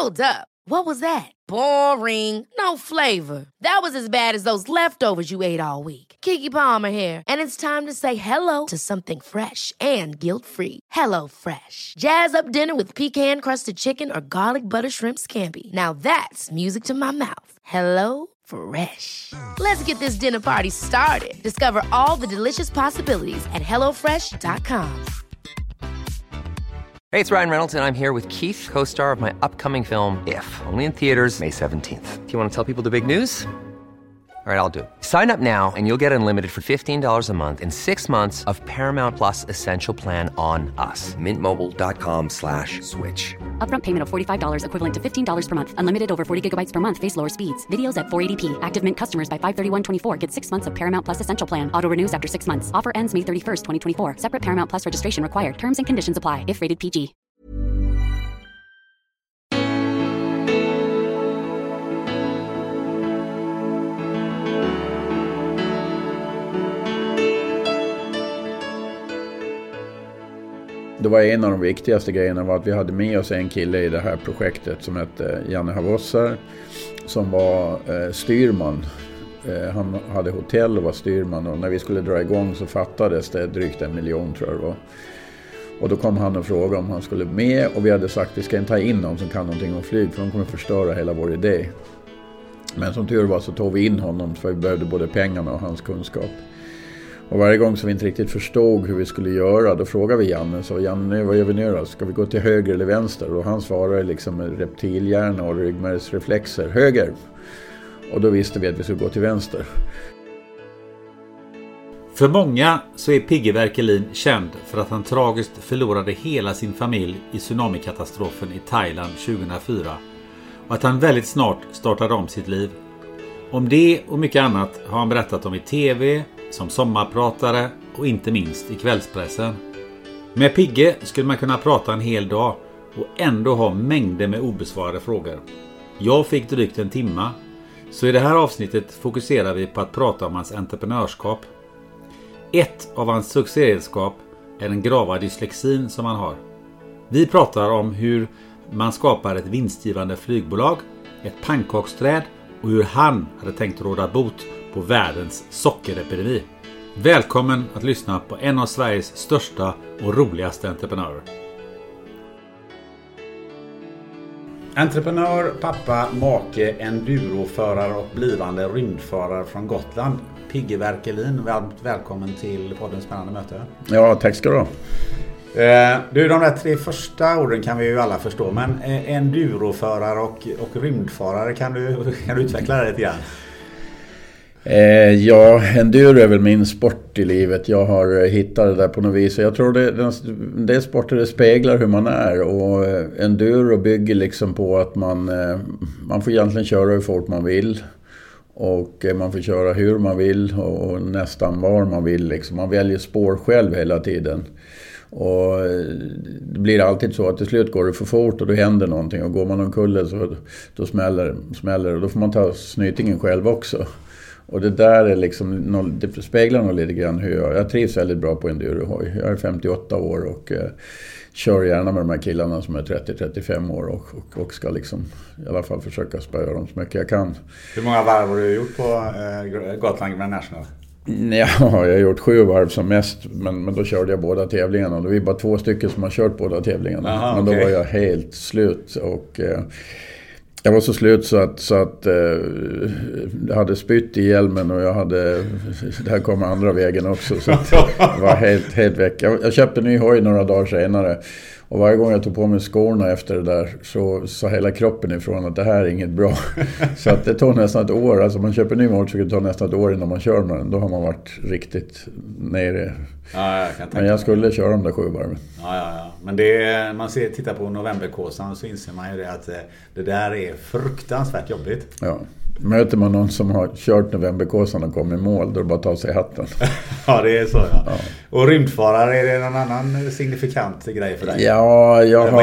Hold up. What was that? Boring. No flavor. That was as bad as those leftovers you ate all week. Keke Palmer here. And it's time to say hello to something fresh and guilt-free. Hello Fresh. Jazz up dinner with pecan-crusted chicken or garlic butter shrimp scampi. Now that's music to my mouth. Hello Fresh. Let's get this dinner party started. Discover all the delicious possibilities at hellofresh.com. Hey, it's Ryan Reynolds, and I'm here with Keith, co-star of my upcoming film, If, only in theaters May 17th. Do you want to tell people the big news? All right, I'll do it. Sign up now and you'll get unlimited for $15 a month and 6 months of Paramount Plus Essential Plan on us. MintMobile.com/switch. Upfront payment of $45 equivalent to $15 per month. Unlimited over 40 gigabytes per month. Face lower speeds. Videos at 480p. Active Mint customers by 531.24 get 6 months of Paramount Plus Essential Plan. Auto renews after 6 months. Offer ends May 31st, 2024. Separate Paramount Plus registration required. Terms and conditions apply if rated PG. Det var en av de viktigaste grejerna var att vi hade med oss en kille i det här projektet som hette Janne Havossar som var styrman. Han hade hotell och var styrman och när vi skulle dra igång så fattades det drygt 1 miljon tror jag det var. Och då kom han och frågade om han skulle med och vi hade sagt att vi ska inte ta in någon som kan någonting om flyg för de kommer förstöra hela vår idé. Men som tur var så tog vi in honom för vi behövde både pengarna och hans kunskap. Och varje gång som vi inte riktigt förstod hur vi skulle göra, då frågade vi Janne. Så Janne, vad gör vi nu då? Ska vi gå till höger eller vänster? Och han svarade liksom med reptilhjärna och ryggmärgsreflexer. Höger! Och då visste vi att vi skulle gå till vänster. För många så är Pigge Werkelin känd för att han tragiskt förlorade hela sin familj i tsunamikatastrofen i Thailand 2004. Och att han väldigt snart startade om sitt liv. Om det och mycket annat har han berättat om i tv, som sommarpratare och inte minst i kvällspressen. Med Pigge skulle man kunna prata en hel dag och ändå ha mängder med obesvarade frågor. Jag fick drygt en timma, så i det här avsnittet fokuserar vi på att prata om hans entreprenörskap. Ett av hans succéredskap är den grava dyslexin som han har. Vi pratar om hur man skapar ett vinstgivande flygbolag, ett pannkaksträd och hur han hade tänkt råda bot på världens sockerepidemi. Välkommen att lyssna på en av Sveriges största och roligaste entreprenörer. Entreprenör, pappa, make, enduroförare och blivande rymdförare från Gotland. Pigge Werkelin, välkommen till podden Spännande möte. Ja, tack ska du ha. Du, de där 3 första orden kan vi ju alla förstå, men enduroförare och rymdfarare, kan du utveckla det lite grann? Ja, enduro är väl min sport i livet. Jag har hittat det där på något vis. Jag tror det är sporter det speglar hur man är. Och enduro bygger liksom på att man får egentligen köra hur fort man vill. Och man får köra hur man vill och nästan var man vill. Liksom. Man väljer spår själv hela tiden. Och det blir alltid så att till slut går det för fort och då händer någonting. Och går man omkull så då smäller det. Och då får man ta snytingen själv också. Och det där är liksom, det speglar nog lite grann hur jag trivs väldigt bra på endurohoj. Jag är 58 år och kör gärna med de här killarna som är 30-35 år och ska liksom i alla fall försöka spöra dem så mycket jag kan. Hur många varv har du gjort på Gotland International? Ja, jag har gjort 7 varv som mest, men då körde jag båda tävlingarna. Och det var bara 2 stycken som har kört båda tävlingarna. Aha, men då var jag helt slut och jag var så slut så att jag hade spytt i hjälmen och det här kom andra vägen också. Så att det var helt väck. Jag köpte en ny hoj några dagar senare. Och varje gång jag tog på mig skorna efter det där så sa hela kroppen ifrån att det här är inget bra. Så att det tog nästan ett år. Alltså man köper en ny motorcykel, det tar nästan ett år innan man kör med den. Då har man varit riktigt nere. Ja, men jag skulle köra de där 7 varven. Ja. Men man tittar på novemberkåsan så inser man ju det att det där är fruktansvärt jobbigt. Ja. Möter man någon som har kört novemberkåsan och kommit i mål, då är det bara att ta sig hatten. Ja, det är så, ja. Och rymdfarare, är det någon annan signifikant grej för dig? Ja, jag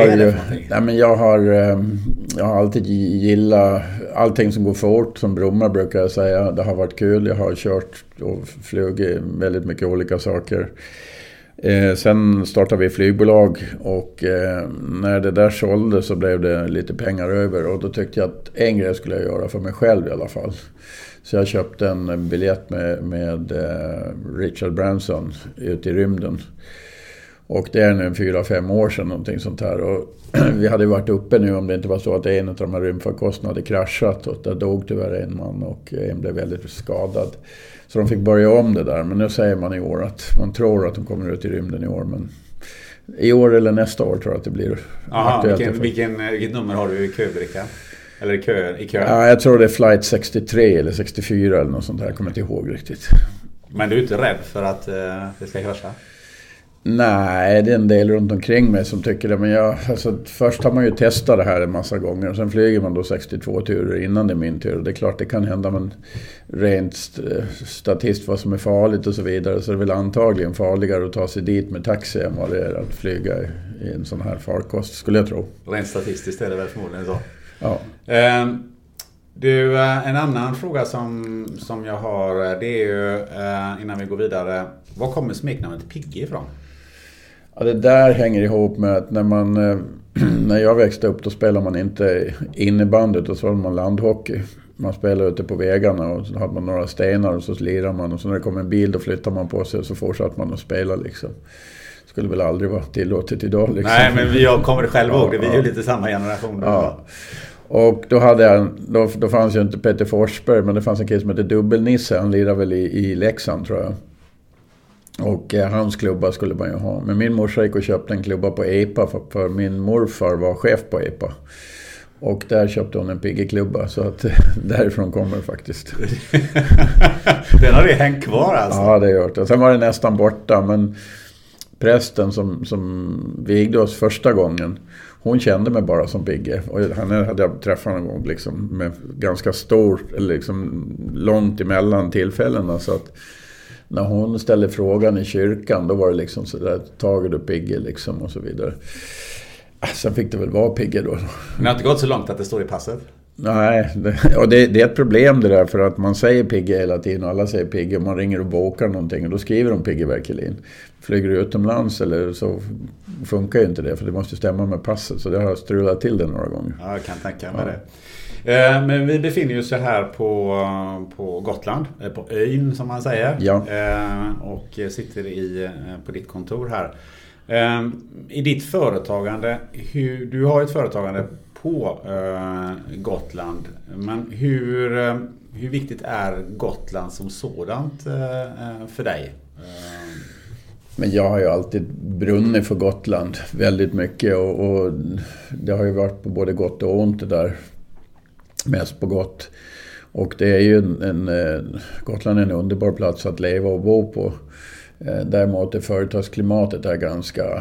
har alltid gillat allting som går fort, som Bromma brukar jag säga. Det har varit kul, jag har kört och flugit väldigt mycket olika saker. Sen startade vi flygbolag och när det där sålde så blev det lite pengar över. Och då tyckte jag att en grej skulle jag göra för mig själv i alla fall. Så jag köpte en biljett med Richard Branson ut i rymden. Och det är nu 4-5 år sedan någonting sånt här. Och vi hade varit uppe nu om det inte var så att en av de här rymdfarkosterna hade kraschat. Och där dog tyvärr en man och en blev väldigt skadad. Så de fick börja om det där. Men nu säger man i år att man tror att de kommer ut i rymden i år. Men i år eller nästa år tror jag att det blir aktuellt. Vilket nummer har du i köbricka? Eller i kö? Ja, jag tror det är flight 63 eller 64 eller något sånt där. Jag kommer inte ihåg riktigt. Men du är inte rädd för att det ska krascha? Nej, det är en del runt omkring mig som tycker det. Men först har man ju testat det här en massa gånger. Sen flyger man då 62 turer innan det är min tur. Det är klart det kan hända, men rent statistiskt vad som är farligt och så vidare. Så är det väl antagligen farligare att ta sig dit med taxi än vad det är att flyga i en sån här farkost, skulle jag tro. Rent statistiskt är det väl förmodligen så. Ja. Du, en annan fråga som jag har, det är ju innan vi går vidare, var kommer smeknamnet Pigge ifrån? Ja, det där hänger ihop med att när jag växte upp då spelade man inte innebandy, då spelade man landhockey. Man spelade ute på vägarna och så hade man några stenar och så lirade man och så när det kom en bil då flyttade man på sig och så fortsatte man att spela liksom. Det skulle väl aldrig vara tillåtet idag liksom. Nej, men jag kommer själv ihåg det, vi är ju lite samma generation. Ja. Och då fanns ju inte Peter Forsberg, men det fanns en kille som hette Dubbelnisse. Han lirade väl i Leksand tror jag. Och hans klubba skulle man ju ha. Men min morsa gick och köpte en klubba på EPA för min morfar var chef på EPA. Och där köpte hon en Pigge-klubba, så att därifrån kommer det faktiskt. Den har det hängt kvar alltså? Ja, det har gjort det. Sen var det nästan borta, men prästen som vigde oss första gången, hon kände mig bara som Pigge. Och han hade jag träffat en gång liksom, med ganska stor, liksom, långt emellan tillfällena. Så att när hon ställde frågan i kyrkan, då var det liksom sådär, tager du Pigge liksom och så vidare. Sen fick det väl vara Pigge då. Men det har inte gått så långt att det står i passet? Nej, det är ett problem det där, för att man säger Pigge hela tiden och alla säger Pigge och man ringer och bokar någonting och då skriver de Pigge Berkelin. Flyger du utomlands eller så funkar ju inte det, för det måste stämma med passet, så det har strulat till det några gånger. Ja, jag kan tänka mig det. Men vi befinner oss här på Gotland, på ön som man säger. Ja. Och sitter på ditt kontor här. I ditt företagande, du har ett företagande på Gotland, men hur viktigt är Gotland som sådant för dig? Men jag har ju alltid brunnit för Gotland väldigt mycket och det har ju varit på både gott och ont det där, mest på gott. Och det är ju Gotland är en underbar plats att leva och bo på. Däremot är företagsklimatet är ganska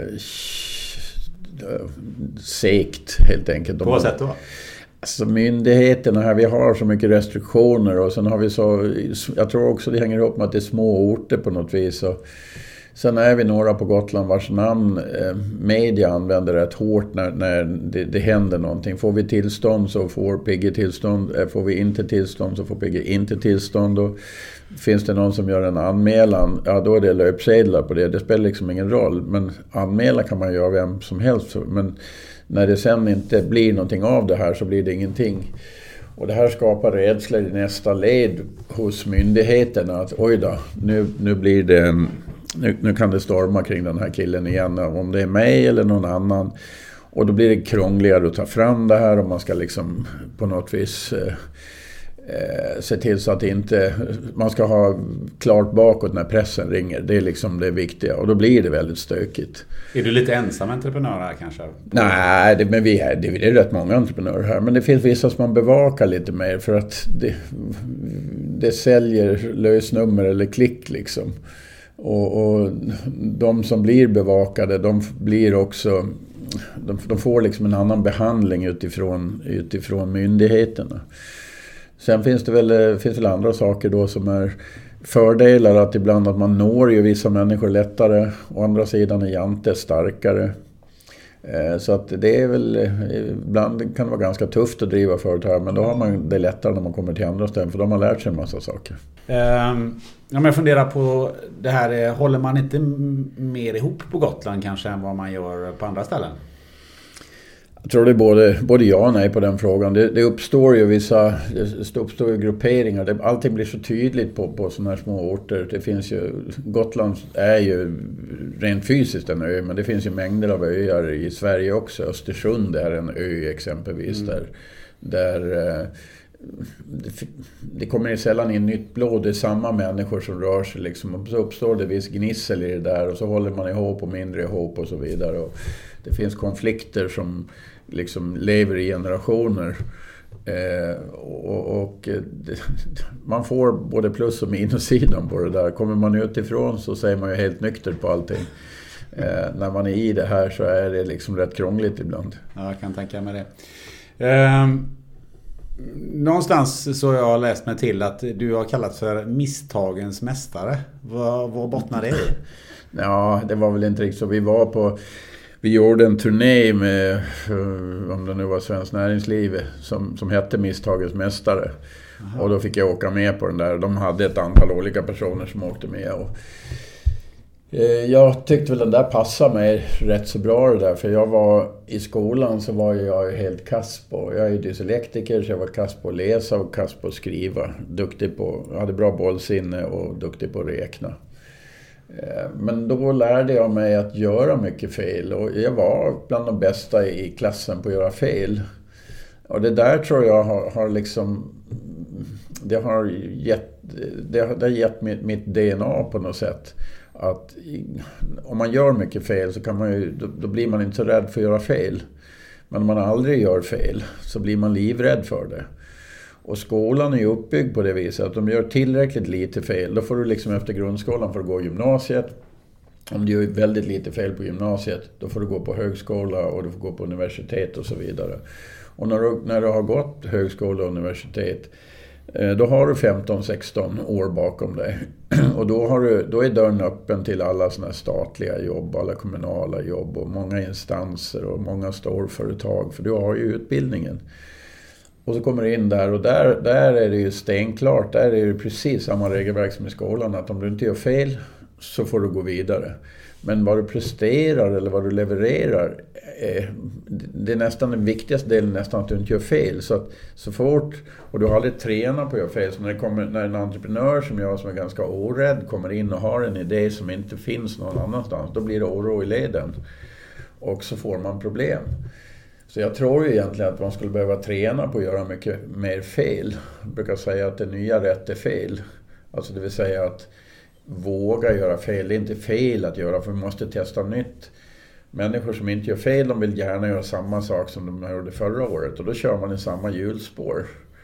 segt helt enkelt. På vad sätt då? Alltså myndigheterna här, vi har så mycket restriktioner och sen har vi så, jag tror också det hänger ihop med att det är små orter på något vis. Och sen är vi några på Gotland vars namn media använder rätt hårt när det händer någonting. Får vi tillstånd så får Pigge tillstånd, får vi inte tillstånd så får Pigge inte tillstånd. Och finns det någon som gör en anmälan, ja då är det löpsedlar på det. Det spelar liksom ingen roll, men anmäla kan man göra vem som helst. Men när det sen inte blir någonting av det här så blir det ingenting. Och det här skapar rädsla i nästa led hos myndigheterna att oj då, nu blir det nu kan det storma kring den här killen igen, om det är mig eller någon annan. Och då blir det krångligare att ta fram det här och man ska liksom på något vis se till så att inte man ska ha klart bakåt när pressen ringer. Det är liksom det viktiga och då blir det väldigt stökigt. Är du lite ensam entreprenör här kanske? Nej, men det är rätt många entreprenörer här, men det finns vissa som man bevakar lite mer för att det säljer lösnummer eller klick liksom. Och de som blir bevakade, de blir också de får liksom en annan behandling utifrån myndigheterna. Sen finns det väl andra saker då som är fördelar, att ibland att man når ju vissa människor lättare. Å andra sidan är Jante starkare. Så att det är väl, ibland kan det vara ganska tufft att driva företag, men då har man det lättare när man kommer till andra ställen, för då har man lärt sig en massa saker. Om jag funderar på det här, håller man inte mer ihop på Gotland kanske än vad man gör på andra ställen? Jag tror det är både ja och nej på den frågan. Det uppstår ju det uppstår ju grupperingar. Allting blir så tydligt på sådana här små orter. Det finns ju, Gotland är ju rent fysiskt en ö, men det finns ju mängder av öar i Sverige också. Östersund är en ö exempelvis där det kommer ju sällan in nytt blod. Det är samma människor som rör sig liksom. Och så uppstår det viss gnissel i det där, och så håller man ihop och mindre ihop och så vidare. Och det finns konflikter som liksom lever i generationer. Man får både plus- och minussidan på det där. Kommer man utifrån så säger man ju helt nykter på allting. När man är i det här så är det liksom rätt krångligt ibland. Ja, jag kan tänka mig det. Någonstans så har jag läst mig till att du har kallats för misstagens mästare. Vad bottnar det i? Ja, det var väl inte riktigt så. Vi gjorde en turné med, om det nu var Svenskt Näringsliv, som hette Misstagens mästare. Aha. Och då fick jag åka med på den där. De hade ett antal olika personer som åkte med. Och jag tyckte väl den där passade mig rätt så bra det där. För jag var i skolan så var jag helt kass på. Jag är dyslektiker, så jag var kass på att läsa och kass på att skriva. Jag hade bra bollsinne och duktig på att räkna. Men då lärde jag mig att göra mycket fel, och jag var bland de bästa i klassen på att göra fel. Och det där tror jag har liksom, det har gett mitt DNA på något sätt. Att om man gör mycket fel så kan man ju, då blir man inte så rädd för att göra fel. Men om man aldrig gör fel så blir man livrädd för det. Och skolan är ju uppbyggd på det viset att de gör tillräckligt lite fel. Då får du liksom efter grundskolan får du gå gymnasiet. Om du gör väldigt lite fel på gymnasiet, då får du gå på högskola och du får gå på universitet och så vidare. Och när du har gått högskola och universitet, då har du 15-16 år bakom dig. Och då är dörren öppen till alla såna statliga jobb, alla kommunala jobb och många instanser och många storföretag. För du har ju utbildningen. Och så kommer du in där, och där är det ju stenklart. Där är det precis samma regelverk som i skolan. Att om du inte gör fel så får du gå vidare. Men vad du presterar eller vad du levererar, det är nästan den viktigaste delen, nästan att du inte gör fel. Så fort, och du har aldrig tränat på att göra fel. Så när en entreprenör som jag, som är ganska orädd, kommer in och har en idé som inte finns någon annanstans, då blir det oro i leden. Och så får man problem. Så jag tror ju egentligen att man skulle behöva träna på att göra mycket mer fel. Jag brukar säga att det nya rätt är fel. Alltså det vill säga att våga göra fel. Det är inte fel att göra, för vi måste testa nytt. Människor som inte gör fel, de vill gärna göra samma sak som de gjorde förra året. Och då kör man i samma hjulspår.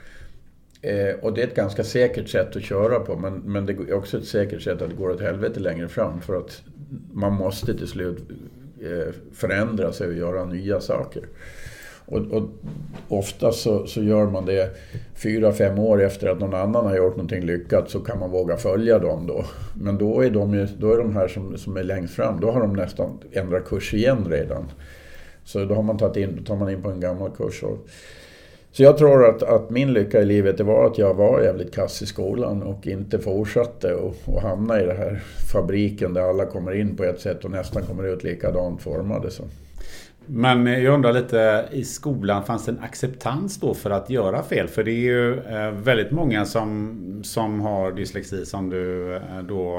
Och det är ett ganska säkert sätt att köra på. Men det är också ett säkert sätt att det går åt helvete längre fram. För att man måste till slut förändra sig och göra nya saker. Och ofta så gör man det 4-5 år efter att någon annan har gjort någonting lyckat, så kan man våga följa dem då. Men då är de här som är längst fram, då har de nästan ändrat kurs igen redan. Så då har man tar man in på en gammal kurs. Så jag tror att min lycka i livet, det var att jag var jävligt kass i skolan och inte fortsatte och hamna i den här fabriken där alla kommer in på ett sätt och nästan kommer ut likadant formade. Så. Men jag undrar lite, i skolan fanns det en acceptans då för att göra fel? För det är ju väldigt många som har dyslexi, som du då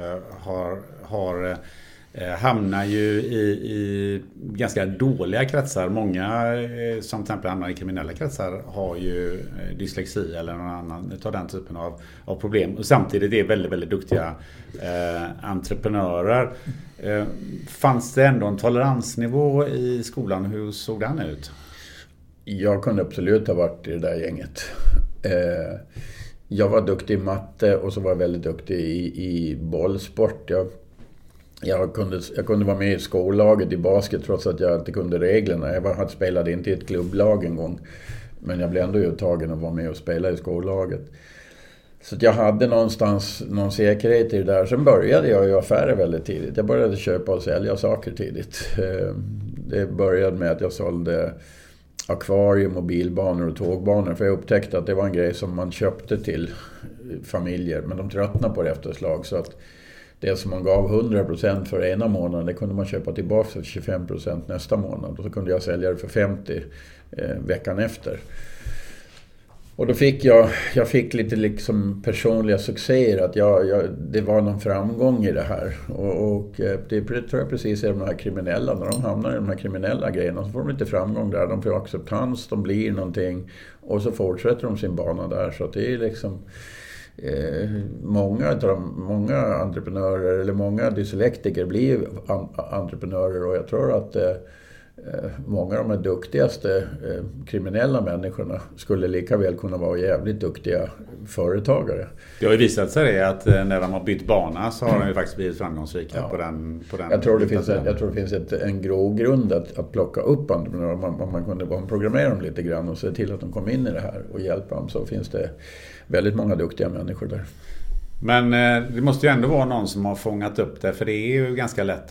har hamnar ju i ganska dåliga kretsar. Många som till exempel hamnar i kriminella kretsar har ju dyslexi eller någon annan utav den typen av problem. Och samtidigt är väldigt, väldigt duktiga entreprenörer. Fanns det ändå en toleransnivå i skolan? Hur såg den ut? Jag kunde absolut ha varit i det där gänget. Jag var duktig i matte och så var jag väldigt duktig i bollsport. Jag kunde vara med i skollaget i basket trots att jag inte kunde reglerna. Jag spelade inte i ett klubblag en gång. Men jag blev ändå uttagen att vara med och spela i skollaget. Så jag hade någonstans någon säkerhet i det där. Sen började jag göra affärer väldigt tidigt. Jag började köpa och sälja saker tidigt. Det började med att jag sålde akvarium och bilbanor och tågbanor. För jag upptäckte att det var en grej som man köpte till familjer. Men de tröttnade på det efter ett slag. Så att det som man gav 100% för ena månaden, det kunde man köpa tillbaka för 25% nästa månad. Och så kunde jag sälja det för 50 veckan efter. Och då fick jag fick lite liksom personliga succéer, att det var någon framgång i det här. Och det tror jag precis är de här kriminella, när de hamnar i de här kriminella grejerna så får de lite framgång där. De får acceptans, de blir någonting och så fortsätter de sin bana där. Så att det är liksom många entreprenörer eller många dyslektiker blir entreprenörer, och jag tror att många av de duktigaste kriminella människorna skulle lika väl kunna vara jävligt duktiga företagare. Det har ju visat sig det att när de har bytt bana så har de ju faktiskt blivit framgångsrika på den. Jag tror det finns en grogrund att plocka upp entreprenörer. Om man kunde programmera dem lite grann och se till att de kom in i det här och hjälpa dem, så finns det väldigt många duktiga människor där. Men det måste ju ändå vara någon som har fångat upp det, för det är ju ganska lätt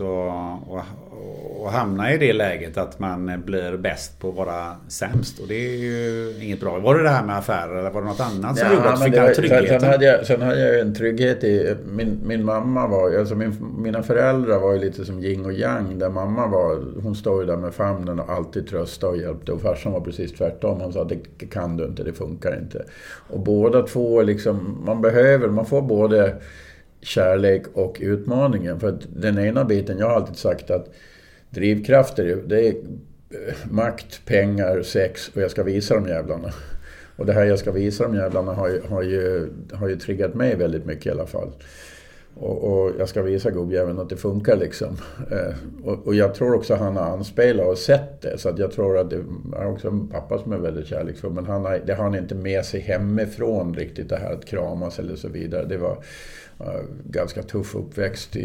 att hamna i det läget att man blir bäst på att vara sämst, och det är ju inget bra. Var det här med affärer eller var det något annat som gjorde att du fick den tryggheten? Sen hade jag en trygghet i min mamma var, alltså mina föräldrar var ju lite som yin och yang, där mamma var, hon stod ju där med famnen och alltid tröstade och hjälpte, och farsan var precis tvärtom, han sa att det kan du inte, det funkar inte. Och båda två liksom, man får både kärlek och utmaningen, för att den ena biten, jag har alltid sagt att drivkrafter, det är makt, pengar, sex, och jag ska visa de jävlarna. Och det här jag ska visa de jävlarna har ju triggat mig väldigt mycket i alla fall. Och jag ska visa gubbjäveln att det funkar liksom. Och jag tror också han har anspelat och sett det. Så att jag tror att det är också en pappa som är väldigt kärleksfull. Men det har han inte med sig hemifrån riktigt, det här att kramas eller så vidare. Det var ganska tuff uppväxt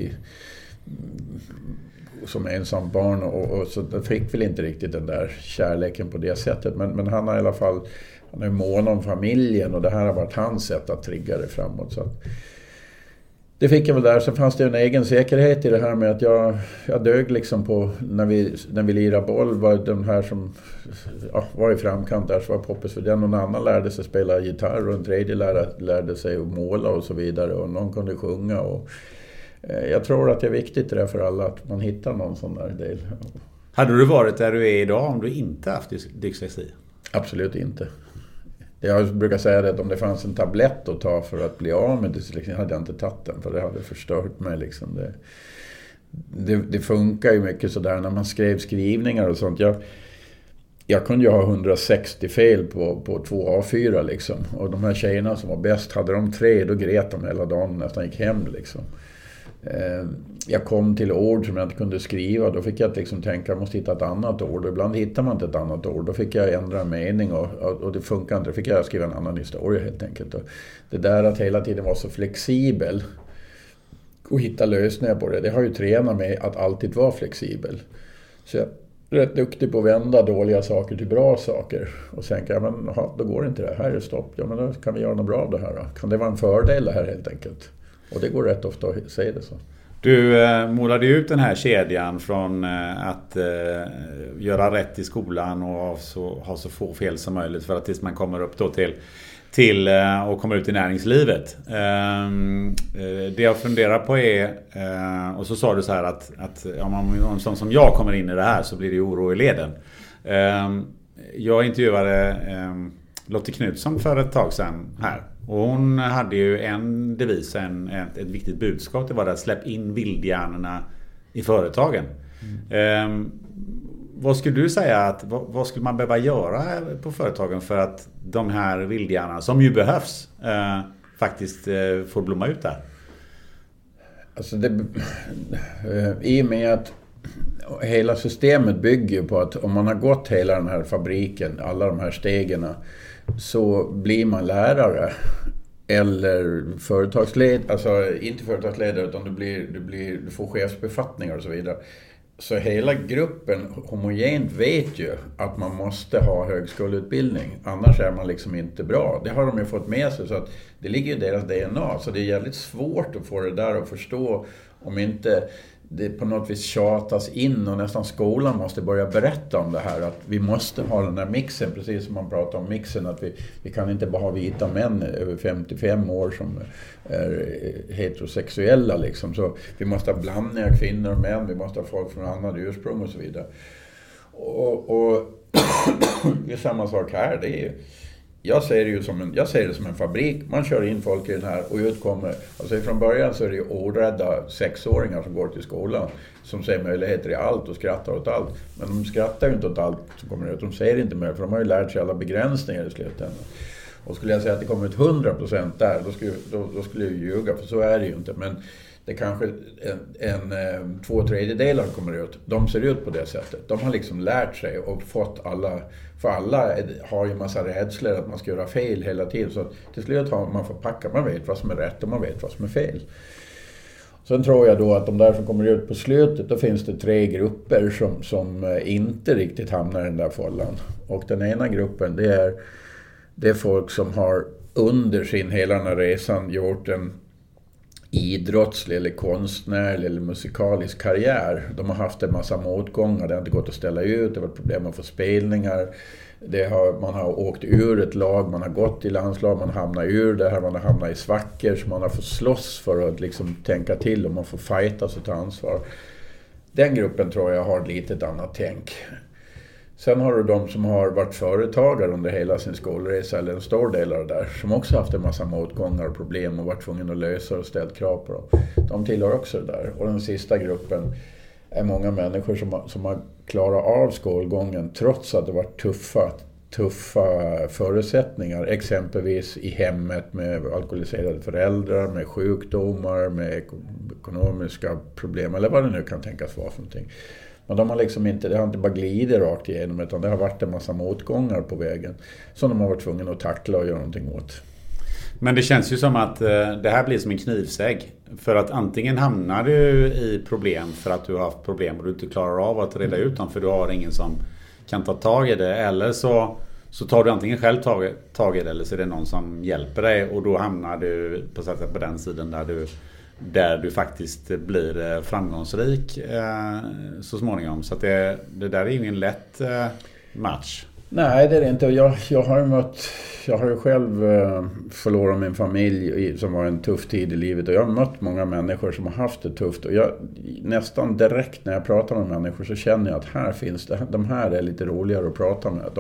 som ensam barn, och så fick väl inte riktigt den där kärleken på det sättet. Men han har i alla fall, han är mån om familjen, och det här har varit hans sätt att trigga det framåt. Så att det fick jag väl där. Så fanns det en egen säkerhet i det här med att jag dög liksom på, när vi lirade boll, var de här som var i framkant där, så var poppis för den. Någon annan lärde sig spela gitarr, och en tredje lärde sig att måla och så vidare, och någon kunde sjunga. Och jag tror att det är viktigt det för alla att man hittar någon sån där del. Hade du varit där du är idag om du inte haft dyslexi? Absolut inte. Jag brukar säga det att om det fanns en tablett att ta för att bli av med dyslexi, hade jag inte tagit den, för det hade förstört mig liksom. Det funkar ju mycket sådär när man skrev skrivningar och sånt. Jag kunde ju ha 160 fel på 2 A4 liksom. Och de här tjejerna som var bäst, hade de 3, då grät de hela dagen, nästan gick hem liksom. Jag kom till ord som jag inte kunde skriva, då fick jag liksom tänka, jag måste hitta ett annat ord. Ibland hittar man inte ett annat ord, då fick jag ändra mening och det funkar inte, då fick jag skriva en annan historia helt enkelt. Och det där att hela tiden vara så flexibel och hitta lösningar på det har ju tränat mig att alltid vara flexibel. Så jag är rätt duktig på att vända dåliga saker till bra saker. Och sen kan jag, då går inte det, här är stopp. Ja, men då kan vi göra något bra av det här då. Kan det vara en fördel det här helt enkelt? Och det går rätt ofta att säga det så. Du målade ut den här kedjan från att göra rätt i skolan och ha så få fel som möjligt, för att tills man kommer upp då till och kommer ut i näringslivet. Det jag funderar på är, och så sa du så här att om någon som jag kommer in i det här så blir det oro i leden. Jag intervjuade Lotte Knutsson för ett tag sedan här. Och hon hade ju en devis, ett viktigt budskap. Det var att släpp in vildhjärnorna i företagen. Vad skulle du säga att vad skulle man behöva göra på företagen för att de här vildhjärnorna, som ju behövs, faktiskt får blomma ut där? Alltså i och med att hela systemet bygger på att om man har gått hela den här fabriken, alla de här stegen, så blir man lärare eller företagsledare, alltså inte företagsledare utan du får chefsbefattningar och så vidare. Så hela gruppen homogent vet ju att man måste ha högskoleutbildning, annars är man liksom inte bra. Det har de ju fått med sig, så att det ligger i deras DNA, så det är jävligt svårt att få det där att förstå om inte det på något vis tjatas in och nästan skolan måste börja berätta om det här. Att vi måste ha den här mixen, precis som man pratar om mixen. Att vi kan inte bara ha vita män över 55 år som är heterosexuella liksom. Så vi måste ha blandningar kvinnor och män, vi måste ha folk från annan ursprung och så vidare. Och det är samma sak här, det är jag ser det som en fabrik. Man kör in folk i den här och utkommer. Alltså från början så är det ju orädda 6-åringar som går till skolan. Som ser möjligheter i allt och skrattar åt allt. Men de skrattar ju inte åt allt som kommer ut. De säger inte mer för de har ju lärt sig alla begränsningar i slutändan. Och skulle jag säga att det kommer ut 100% där, då skulle jag ljuga. För så är det ju inte. Men det kanske 2/3 kommer ut. De ser ut på det sättet. De har liksom lärt sig och fått alla. För alla har ju en massa rädslor att man ska göra fel hela tiden. Så till slut har man fått packa. Man vet vad som är rätt och man vet vad som är fel. Sen tror jag då att de där som kommer ut på slutet, då finns det 3 grupper som inte riktigt hamnar i den där fållan. Och den ena gruppen, det är folk som har under sin hela den här resan gjort en idrottslig eller konstnärlig eller musikalisk karriär. De har haft en massa motgångar, det har inte gått att ställa ut, det har varit problem att få spelningar. Man har åkt ur ett lag, man har gått i landslag, man hamnar ur det här, man har hamnat i svackor så man har fått slåss för att liksom tänka till och man får fightas och ta ansvar. Den gruppen tror jag har lite ett annat tänk. Sen har du de som har varit företagare under hela sin skolresa eller en stor del av det där som också haft en massa motgångar och problem och varit tvungen att lösa och ställt krav på dem. De tillhör också det där. Och den sista gruppen är många människor som har klarat av skolgången trots att det varit tuffa förutsättningar. Exempelvis i hemmet med alkoholiserade föräldrar, med sjukdomar, med ekonomiska problem eller vad det nu kan tänkas vara för någonting. Men det har inte bara glidit rakt igenom utan det har varit en massa motgångar på vägen som de har varit tvungna att tackla och göra någonting åt. Men det känns ju som att det här blir som en knivsägg. För att antingen hamnar du i problem för att du har haft problem och du inte klarar av att reda ut dem för du har ingen som kan ta tag i det. Eller så tar du antingen själv tag i det eller så är det någon som hjälper dig och då hamnar du på den sidan där du faktiskt blir framgångsrik så småningom. Så att det där är ju ingen lätt match. Nej, det är det inte. Jag har ju själv förlorat min familj som var en tuff tid i livet och jag har mött många människor som har haft det tufft och nästan direkt när jag pratar med människor så känner jag att här finns det, de här är lite roligare att prata med.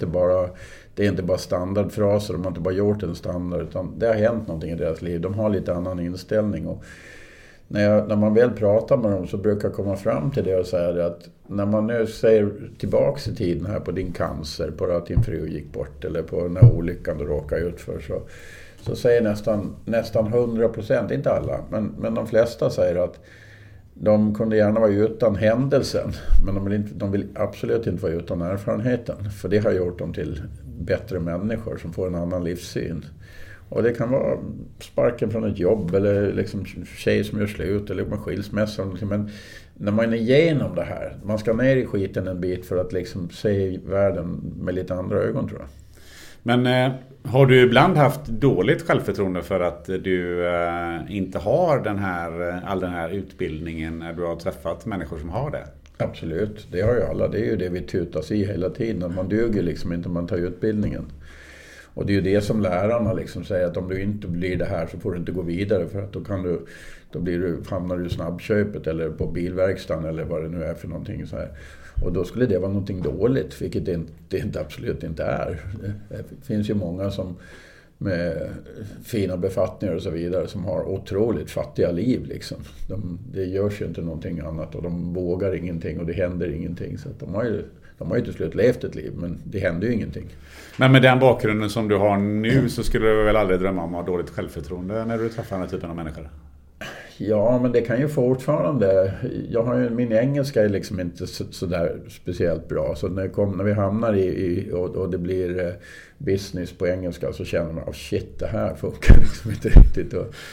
Det är inte bara standardfraser, de har inte bara gjort en standard utan det har hänt någonting i deras liv. De har lite annan inställning och när man väl pratar med dem så brukar jag komma fram till det och säga det att när man nu säger tillbaks i tiden här på din cancer, på att din fru gick bort eller på den här olyckan du råkade ut för så säger nästan 100%, inte alla, men de flesta säger att de kunde gärna vara utan händelsen men de vill absolut inte vara utan erfarenheten för det har gjort dem till bättre människor som får en annan livssyn. Och det kan vara sparken från ett jobb eller liksom tjej som gör slut eller med skilsmässa. Men när man är igenom det här, man ska ner i skiten en bit för att liksom se världen med lite andra ögon tror jag. Men har du ibland haft dåligt självförtroende för att du inte har all den här utbildningen när du har träffat människor som har det? Absolut, det har ju alla. Det är ju det vi tutas i hela tiden. Man duger liksom inte om man tar utbildningen. Och det är ju det som lärarna liksom säger att om du inte blir det här så får du inte gå vidare för att då hamnar du i snabbköpet eller på bilverkstaden eller vad det nu är för någonting så här. Och då skulle det vara någonting dåligt, vilket det absolut inte är. Det finns ju många som med fina befattningar och så vidare som har otroligt fattiga liv liksom. Det görs ju inte någonting annat och de vågar ingenting och det händer ingenting så att de har ju till slut levt ett liv men det händer ju ingenting. Men med den bakgrunden som du har nu så skulle du väl aldrig drömma om att ha dåligt självförtroende när du träffar den här typen av människor? Ja, men det kan ju fortfarande. Min engelska är liksom inte så där speciellt bra. Så när vi hamnar i och det blir business på engelska så känner man shit, det här funkar liksom inte riktigt.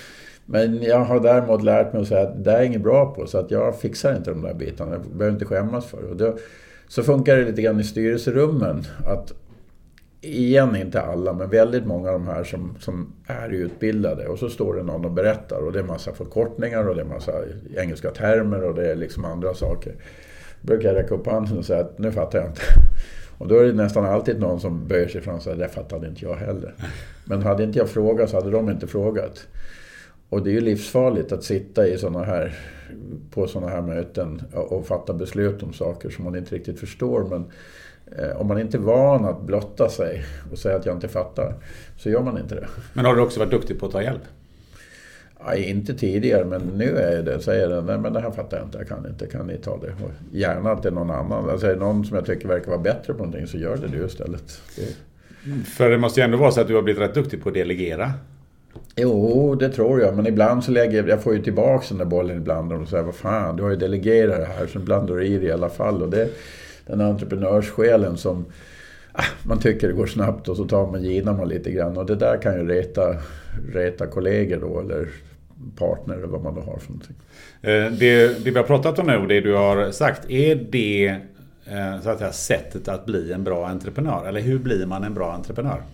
Men jag har däremot lärt mig att säga att det är inget bra på så att jag fixar inte de där bitarna. Jag behöver inte skämmas för det. Så funkar det lite grann i styrelserummen att igen inte alla, men väldigt många av de här som är utbildade. Och så står det någon och berättar och det är massa förkortningar och det är massa engelska termer och det är liksom andra saker. Brukar jag räcka upp handen och säga att nu fattar jag inte. Och då är det nästan alltid någon som böjer sig fram och säger det fattade inte jag heller. Men hade inte jag frågat så hade de inte frågat. Och det är ju livsfarligt att sitta på såna här möten och fatta beslut om saker som man inte riktigt förstår. Men om man inte är van att blotta sig och säga att jag inte fattar så gör man inte det. Men har du också varit duktig på att ta hjälp? Nej, inte tidigare, men nu är det. Säger den, nej men det här fattar jag inte, jag kan inte, kan ni ta det? Och gärna att det är någon annan. Alltså är det någon som jag tycker verkar vara bättre på någonting så gör det istället. För det måste ju ändå vara så att du har blivit rätt duktig på att delegera. Jo, det tror jag. Men ibland så jag får ju tillbaka den där bollen ibland och säger vad fan, du har ju delegerat det här så blandar du i det i alla fall. Och det är den entreprenörssjälen som man tycker det går snabbt och så ginar man lite grann. Och det där kan ju reta kollegor då eller partner eller vad man då har för någonting. Det vi har pratat om nu och det du har sagt, är det så att säga, sättet att bli en bra entreprenör? Eller hur blir man en bra entreprenör?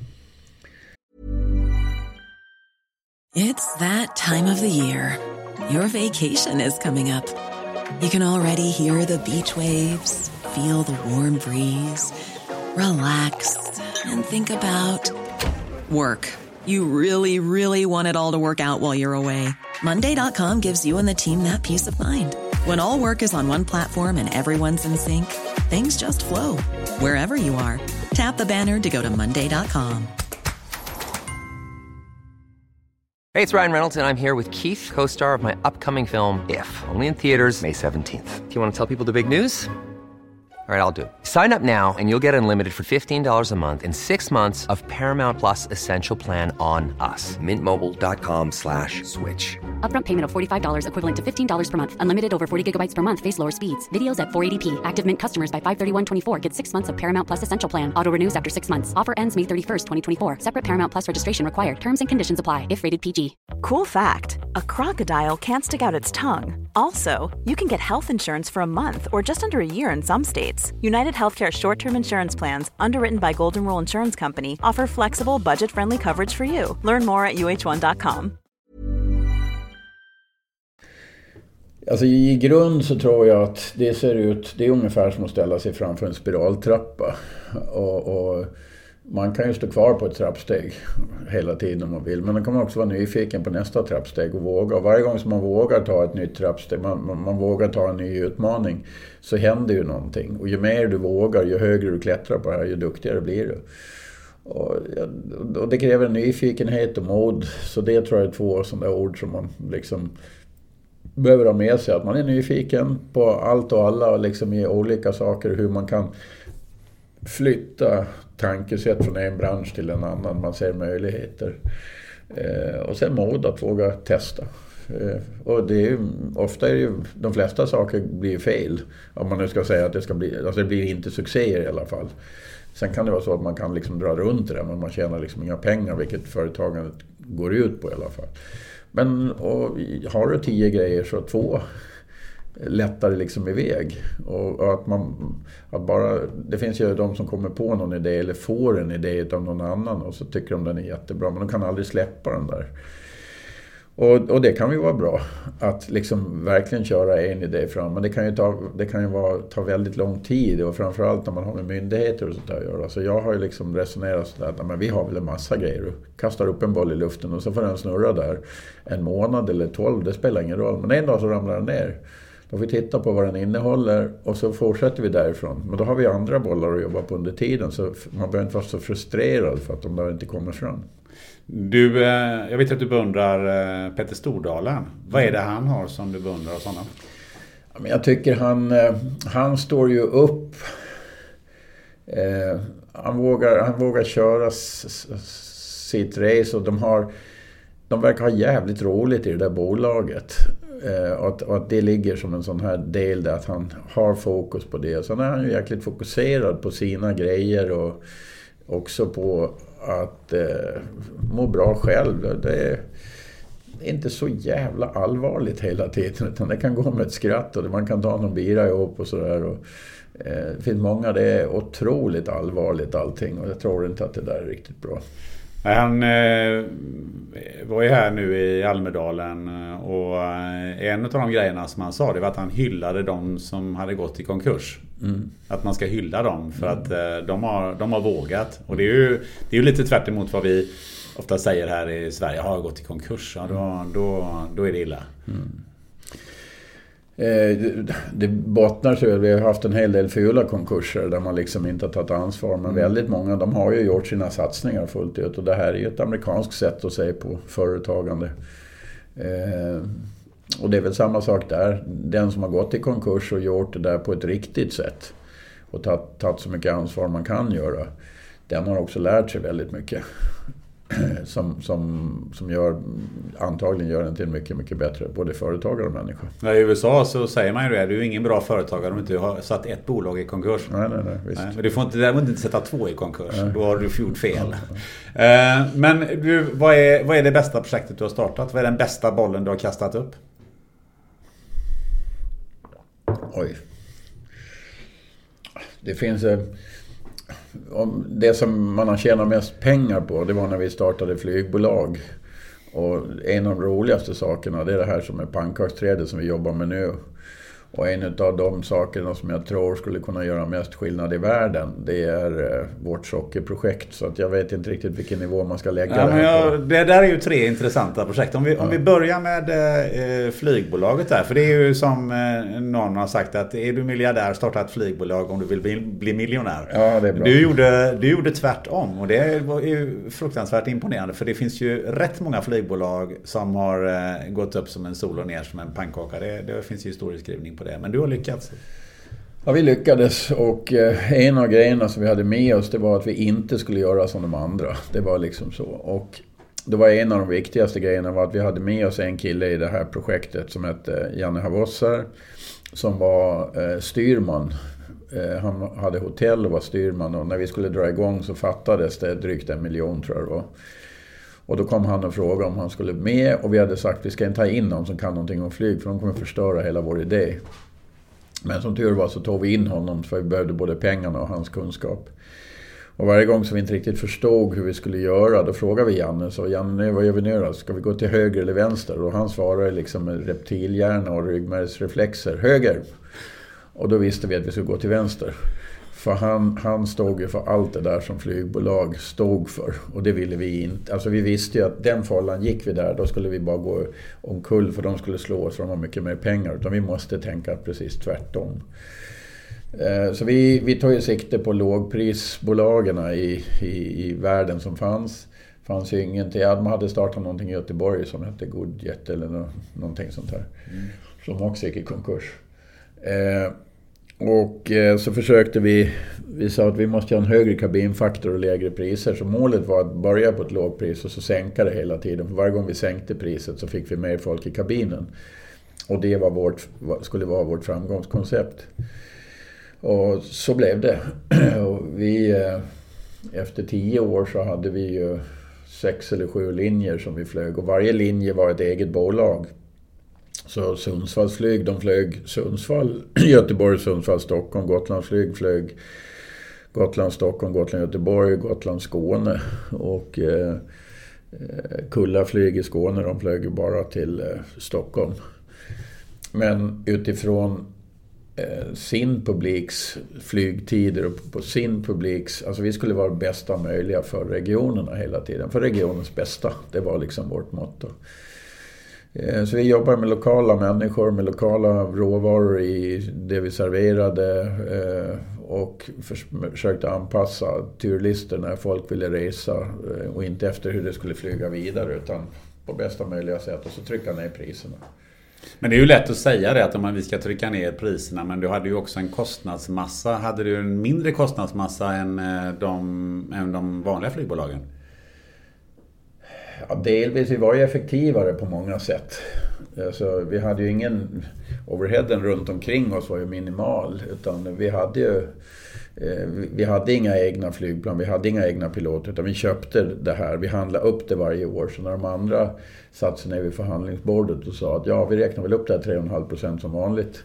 It's that time of the year. Your vacation is coming up. You can already hear the beach waves, feel the warm breeze, relax and think about work. You really, really want it all to work out while you're away. Monday.com gives you and the team that peace of mind. When all work is on one platform and everyone's in sync, things just flow. Wherever you are, tap the banner to go to Monday.com. Hey, it's Ryan Reynolds, and I'm here with Keith, co-star of my upcoming film, If, only in theaters May 17th. Do you want to tell people the big news? All right, I'll do it. Sign up now and you'll get unlimited for $15 a month and 6 months of Paramount Plus Essential Plan on us. MintMobile.com/switch. Upfront payment of $45 equivalent to $15 per month. Unlimited over 40 gigabytes per month. Face lower speeds. Videos at 480p. Active Mint customers by 531.24 get 6 months of Paramount Plus Essential Plan. Auto renews after 6 months. Offer ends May 31st, 2024. Separate Paramount Plus registration required. Terms and conditions apply if rated PG. Cool fact, a crocodile can't stick out its tongue. Also, you can get health insurance for a month or just under a year in some states. United Healthcare short-term insurance plans, underwritten by Golden Rule Insurance Company, offer flexible, budget-friendly coverage for you. Learn more at uh1.com. Alltså i grund så tror jag att det ser ut, det är ungefär som att ställa sig framför en spiraltrappa. Och man kan ju stå kvar på ett trappsteg hela tiden om man vill. Men man kan också vara nyfiken på nästa trappsteg och våga. Och varje gång som man vågar ta ett nytt trappsteg, man vågar ta en ny utmaning, så händer ju någonting. Och ju mer du vågar, ju högre du klättrar på det här, ju duktigare blir du. Och det kräver en nyfikenhet och mod. Så det tror jag är 2 sådana ord som man liksom behöver ha med sig. Att man är nyfiken på allt och alla och liksom i olika saker, hur man kan flytta tankesätt från en bransch till en annan. Man ser möjligheter. Och sen mod att våga testa. Och det är ofta är det ju, de flesta saker blir fel. Om man nu ska säga att det ska bli, alltså det blir inte succéer i alla fall. Sen kan det vara så att man kan liksom dra runt det, men man tjänar liksom inga pengar, vilket företagandet går ut på i alla fall. Men har du 10 grejer så 2 lättare liksom iväg. Och att bara, det finns ju de som kommer på någon idé eller får en idé av någon annan och så tycker de den är jättebra, men de kan aldrig släppa den där. Och det kan ju vara bra att liksom verkligen köra en idé fram, men det kan ju ta väldigt lång tid, och framförallt när man har med myndigheter och sånt där att göra. Så jag har ju liksom resonerat sådär att men vi har väl en massa grejer, och kastar upp en boll i luften och så får den snurra där en månad eller 12, det spelar ingen roll, men en dag så ramlar den ner. Då får vi titta på vad den innehåller och så fortsätter vi därifrån. Men då har vi andra bollar att jobba på under tiden, så man behöver inte vara så frustrerad för att de där inte kommer fram. Jag vet att du beundrar Petter Stordalen. Vad är det han har som du beundrar och sådana? Ja, men jag tycker han står ju upp. Han vågar köra sitt race, och de verkar ha jävligt roligt i det där bolaget. Och att det ligger som en sån här del där att han har fokus på det. Sen är han ju jäkligt fokuserad på sina grejer och också på att må bra själv. är inte så jävla allvarligt hela tiden, utan det kan gå med ett skratt och man kan ta någon bira ihop och sådär. Det finns många, det är otroligt allvarligt allting, och jag tror inte att det där är riktigt bra. Han var ju här nu i Almedalen, och en av de grejerna som han sa, det var att han hyllade de som hade gått i konkurs. Att man ska hylla dem för att de har vågat. Och det är ju lite tvärt emot vad vi ofta säger här i Sverige. Har gått i konkurs, då är det illa. Det bottnar så att vi har haft en hel del fula konkurser där man liksom inte har tagit ansvar, men väldigt många, de har ju gjort sina satsningar fullt ut, och det här är ju ett amerikanskt sätt att se på företagande. Och det är väl samma sak där. Den som har gått i konkurs och gjort det där på ett riktigt sätt och tagit så mycket ansvar man kan göra, den har också lärt sig väldigt mycket. Som antagligen gör den till mycket, mycket bättre, både företagare och människa. Ja, i USA så säger man ju det, du är ingen bra företagare om du inte har satt ett bolag i konkurs. Nej, visst. Men du får inte sätta 2 i konkurs, då har du gjort fel. Men du, vad är det bästa projektet du har startat? Vad är den bästa bollen du har kastat upp? Oj. Det finns... Det som man har tjänat mest pengar på, det var när vi startade flygbolag. Och en av de roligaste sakerna, det är det här som är pannkaksträdet som vi jobbar med nu. Och en av de sakerna som jag tror skulle kunna göra mest skillnad i världen, det är vårt sockerprojekt. Så att jag vet inte riktigt vilken nivå man ska lägga det här på. Det där är ju 3 intressanta projekt. Om vi börjar med flygbolaget där. För det är ju som någon har sagt, att är du miljardär, starta ett flygbolag om du vill bli miljonär. Ja, det är bra. Du gjorde tvärtom, och det är ju fruktansvärt imponerande. För det finns ju rätt många flygbolag som har gått upp som en sol och ner som en pannkaka. Det finns ju historieskrivning på det, men du har lyckats. Ja, vi lyckades, och en av grejerna som vi hade med oss, det var att vi inte skulle göra som de andra. Det var liksom så. Och det var en av de viktigaste grejerna, var att vi hade med oss en kille i det här projektet som hette Janne Havossar, som var styrman. Han hade hotell och var styrman, och när vi skulle dra igång så fattades det drygt 1 miljon, tror jag det var. Och då kom han och frågade om han skulle med, och vi hade sagt att vi ska inte ta in någon som kan någonting om flyg, för de kommer förstöra hela vår idé. Men som tur var så tog vi in honom, för vi behövde både pengarna och hans kunskap. Och varje gång som vi inte riktigt förstod hur vi skulle göra, då frågade vi Janne, så Janne, vad gör vi nu då? Ska vi gå till höger eller vänster? Och han svarade liksom med reptilhjärna och ryggmärgsreflexer, höger. Och då visste vi att vi skulle gå till vänster. För han stod ju för allt det där som flygbolag stod för. Och det ville vi inte. Alltså vi visste ju att den fållan gick vi där, då skulle vi bara gå omkull, för de skulle slå oss för de har mycket mer pengar. Utan vi måste tänka precis tvärtom. Så vi tog ju sikte på lågprisbolagen i världen som fanns ju ingenting. Man hade startat någonting i Göteborg som hette Goodjet eller någonting sånt här. Som också gick i konkurs. Och så försökte vi sa att vi måste ha en högre kabinfaktor och lägre priser. Så målet var att börja på ett lågpris och så sänka det hela tiden. För varje gång vi sänkte priset så fick vi mer folk i kabinen. Och det skulle vara vårt framgångskoncept. Och så blev det. Och efter 10 år så hade vi ju 6 eller 7 linjer som vi flög. Och varje linje var ett eget bolag. Så Sundsvallsflyg, de flög Sundsvall, Göteborg, Sundsvall, Stockholm. Gotlandsflyg flög Gotland, Stockholm, Gotland, Göteborg, Gotland, Skåne. Och Kullaflyg i Skåne, de flög bara till Stockholm. Men utifrån sin publiks flygtider och på sin publiks, alltså vi skulle vara bästa möjliga för regionerna hela tiden. För regionens bästa, det var liksom vårt motto. Så vi jobbar med lokala människor, med lokala råvaror i det vi serverade och försökte anpassa turlistor när folk ville resa och inte efter hur det skulle flyga vidare utan på bästa möjliga sätt och så trycka ner priserna. Men det är ju lätt att säga det att om vi ska trycka ner priserna, men du hade ju också en kostnadsmassa. Hade du en mindre kostnadsmassa än de vanliga flygbolagen? Ja, delvis. Vi var ju effektivare på många sätt. Alltså, vi hade ju ingen... Overheaden runt omkring oss var ju minimal. Utan vi hade ju Vi hade inga egna flygplan, vi hade inga egna piloter, utan vi köpte det här. Vi handlade upp det varje år. Så när de andra satt sig ner vid förhandlingsbordet och sa att ja, vi räknar väl upp det här 3,5% som vanligt.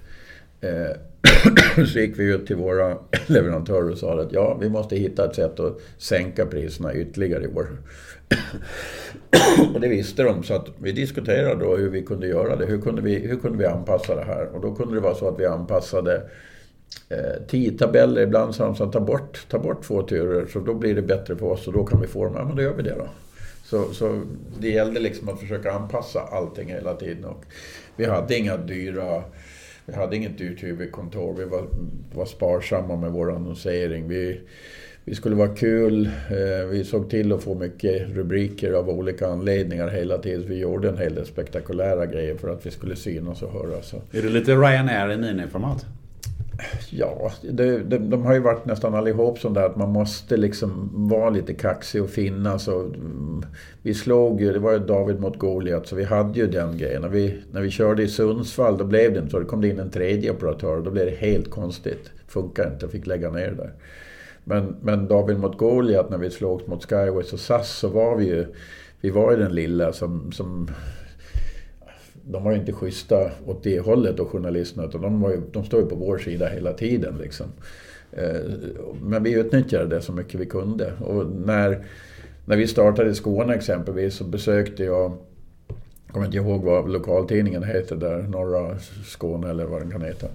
Så gick vi ut till våra leverantörer och sa att ja, vi måste hitta ett sätt att sänka priserna ytterligare i år. Och det visste de, så att vi diskuterade då hur vi kunde göra det. Hur kunde vi anpassa det här? Och då kunde det vara så att vi anpassade tidtabeller. Ibland sa de så att ta bort 2 turer, så då blir det bättre för oss och då kan vi få dem. Ja, men då gör vi det då. Så det gällde liksom att försöka anpassa allting hela tiden. Och vi hade inget dyrt huvudkontor. Vi var sparsamma med vår annonsering. Vi skulle vara kul. Vi såg till att få mycket rubriker av olika anledningar hela tiden. Vi gjorde en hel del spektakulära grejer för att vi skulle synas och höras. Är det lite Ryanair i miniformat? Ja, de har ju varit nästan allihop som där att man måste liksom vara lite kaxig och finnas. Och vi slog ju, det var ju David mot Goliat, så vi hade ju den grejen. När vi körde i Sundsvall, då blev det inte så. Det kom det in en tredje operatör och då blev det helt konstigt. Funkar inte, fick lägga ner där. Men David mot Goliat, när vi slog mot Skyways och SAS, så var vi var ju den lilla som de var ju inte schyssta åt det hållet och journalisterna, utan de stod ju på vår sida hela tiden liksom. Men vi utnyttjade det så mycket vi kunde. Och när vi startade i Skåne exempelvis, så besökte jag kommer inte ihåg vad lokaltidningen heter där, Norra Skåne eller vad den kan heta.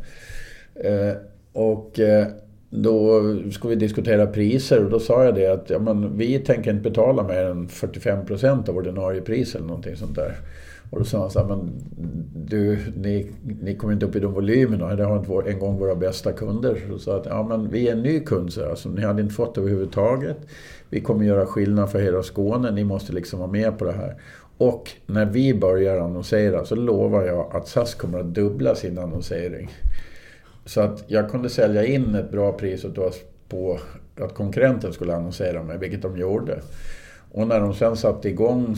Då skulle vi diskutera priser och då sa jag det att vi tänker inte betala mer än 45% av ordinarie pris eller någonting sånt där. Och då sa han så här, men ni kommer inte upp i de volymerna, det har inte en gång våra bästa kunder. Så sa att men vi är en ny kund, så alltså, ni hade inte fått det överhuvudtaget. Vi kommer göra skillnad för hela Skåne, ni måste liksom vara med på det här. Och när vi börjar annonsera så lovar jag att SAS kommer att dubbla sin annonsering. Så att jag kunde sälja in ett bra pris åt oss på att konkurrenten skulle annonsera med, vilket de gjorde. Och när de sen satte igång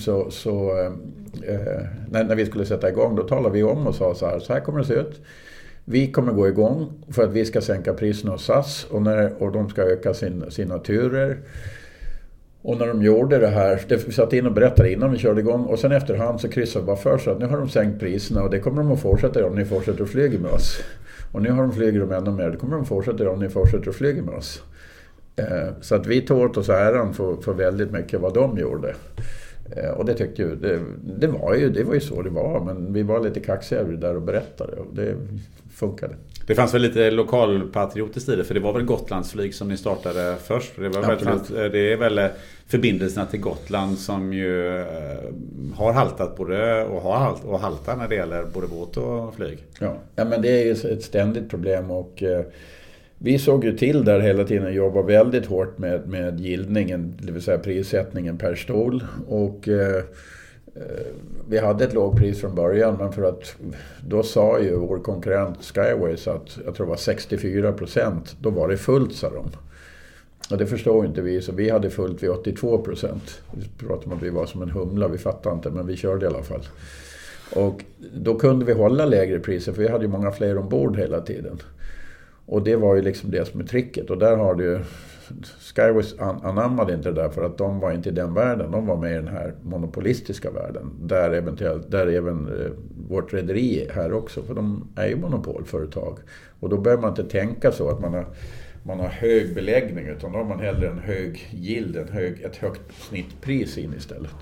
när vi skulle sätta igång, då talade vi om och sa så här kommer det se ut. Vi kommer gå igång för att vi ska sänka priserna hos SAS och de ska öka sina turer. Och när de gjorde det här, vi satt in och berättade innan vi körde igång, och sen efterhand så kryssade bara för sig att nu har de sänkt priserna och det kommer de att fortsätta om ni fortsätter att flyga med oss. Och nu har de flyger de ännu mer, det kommer de att fortsätta om ni fortsätter att flyga med oss. Så att vi tog åt oss äran för väldigt mycket vad de gjorde. Och det tyckte ju, det var ju så det var, men vi var lite kaxiga där och berättade och det funkade. Det fanns väl lite lokalpatriotiskt i det, för det var väl Gotlandsflyg som ni startade först. Det är väl förbindelserna till Gotland som ju har haltat och haltar när det gäller både båt och flyg. Ja, men det är ju ett ständigt problem och vi såg ju till där hela tiden och jobbade väldigt hårt med gillningen, det vill säga prissättningen per stol. Och vi hade ett lågpris från början, men för att då sa ju vår konkurrent Skyways att jag tror det var 64%, då var det fullt, sa de. Och det förstod inte vi, så vi hade fullt vid 82%. Vi pratade om att vi var som en humla, vi fattade inte, men vi körde i alla fall. Och då kunde vi hålla lägre priser, för vi hade ju många fler ombord hela tiden. Och det var ju liksom det som är tricket. Och där har du Skyways anammade inte det där, för att de var inte i den världen. De var med i den här monopolistiska världen. Där även vårt rederi här också. För de är ju monopolföretag. Och då behöver man inte tänka så att man har hög beläggning. Utan då har man hellre en hög yield, ett högt snittpris in istället.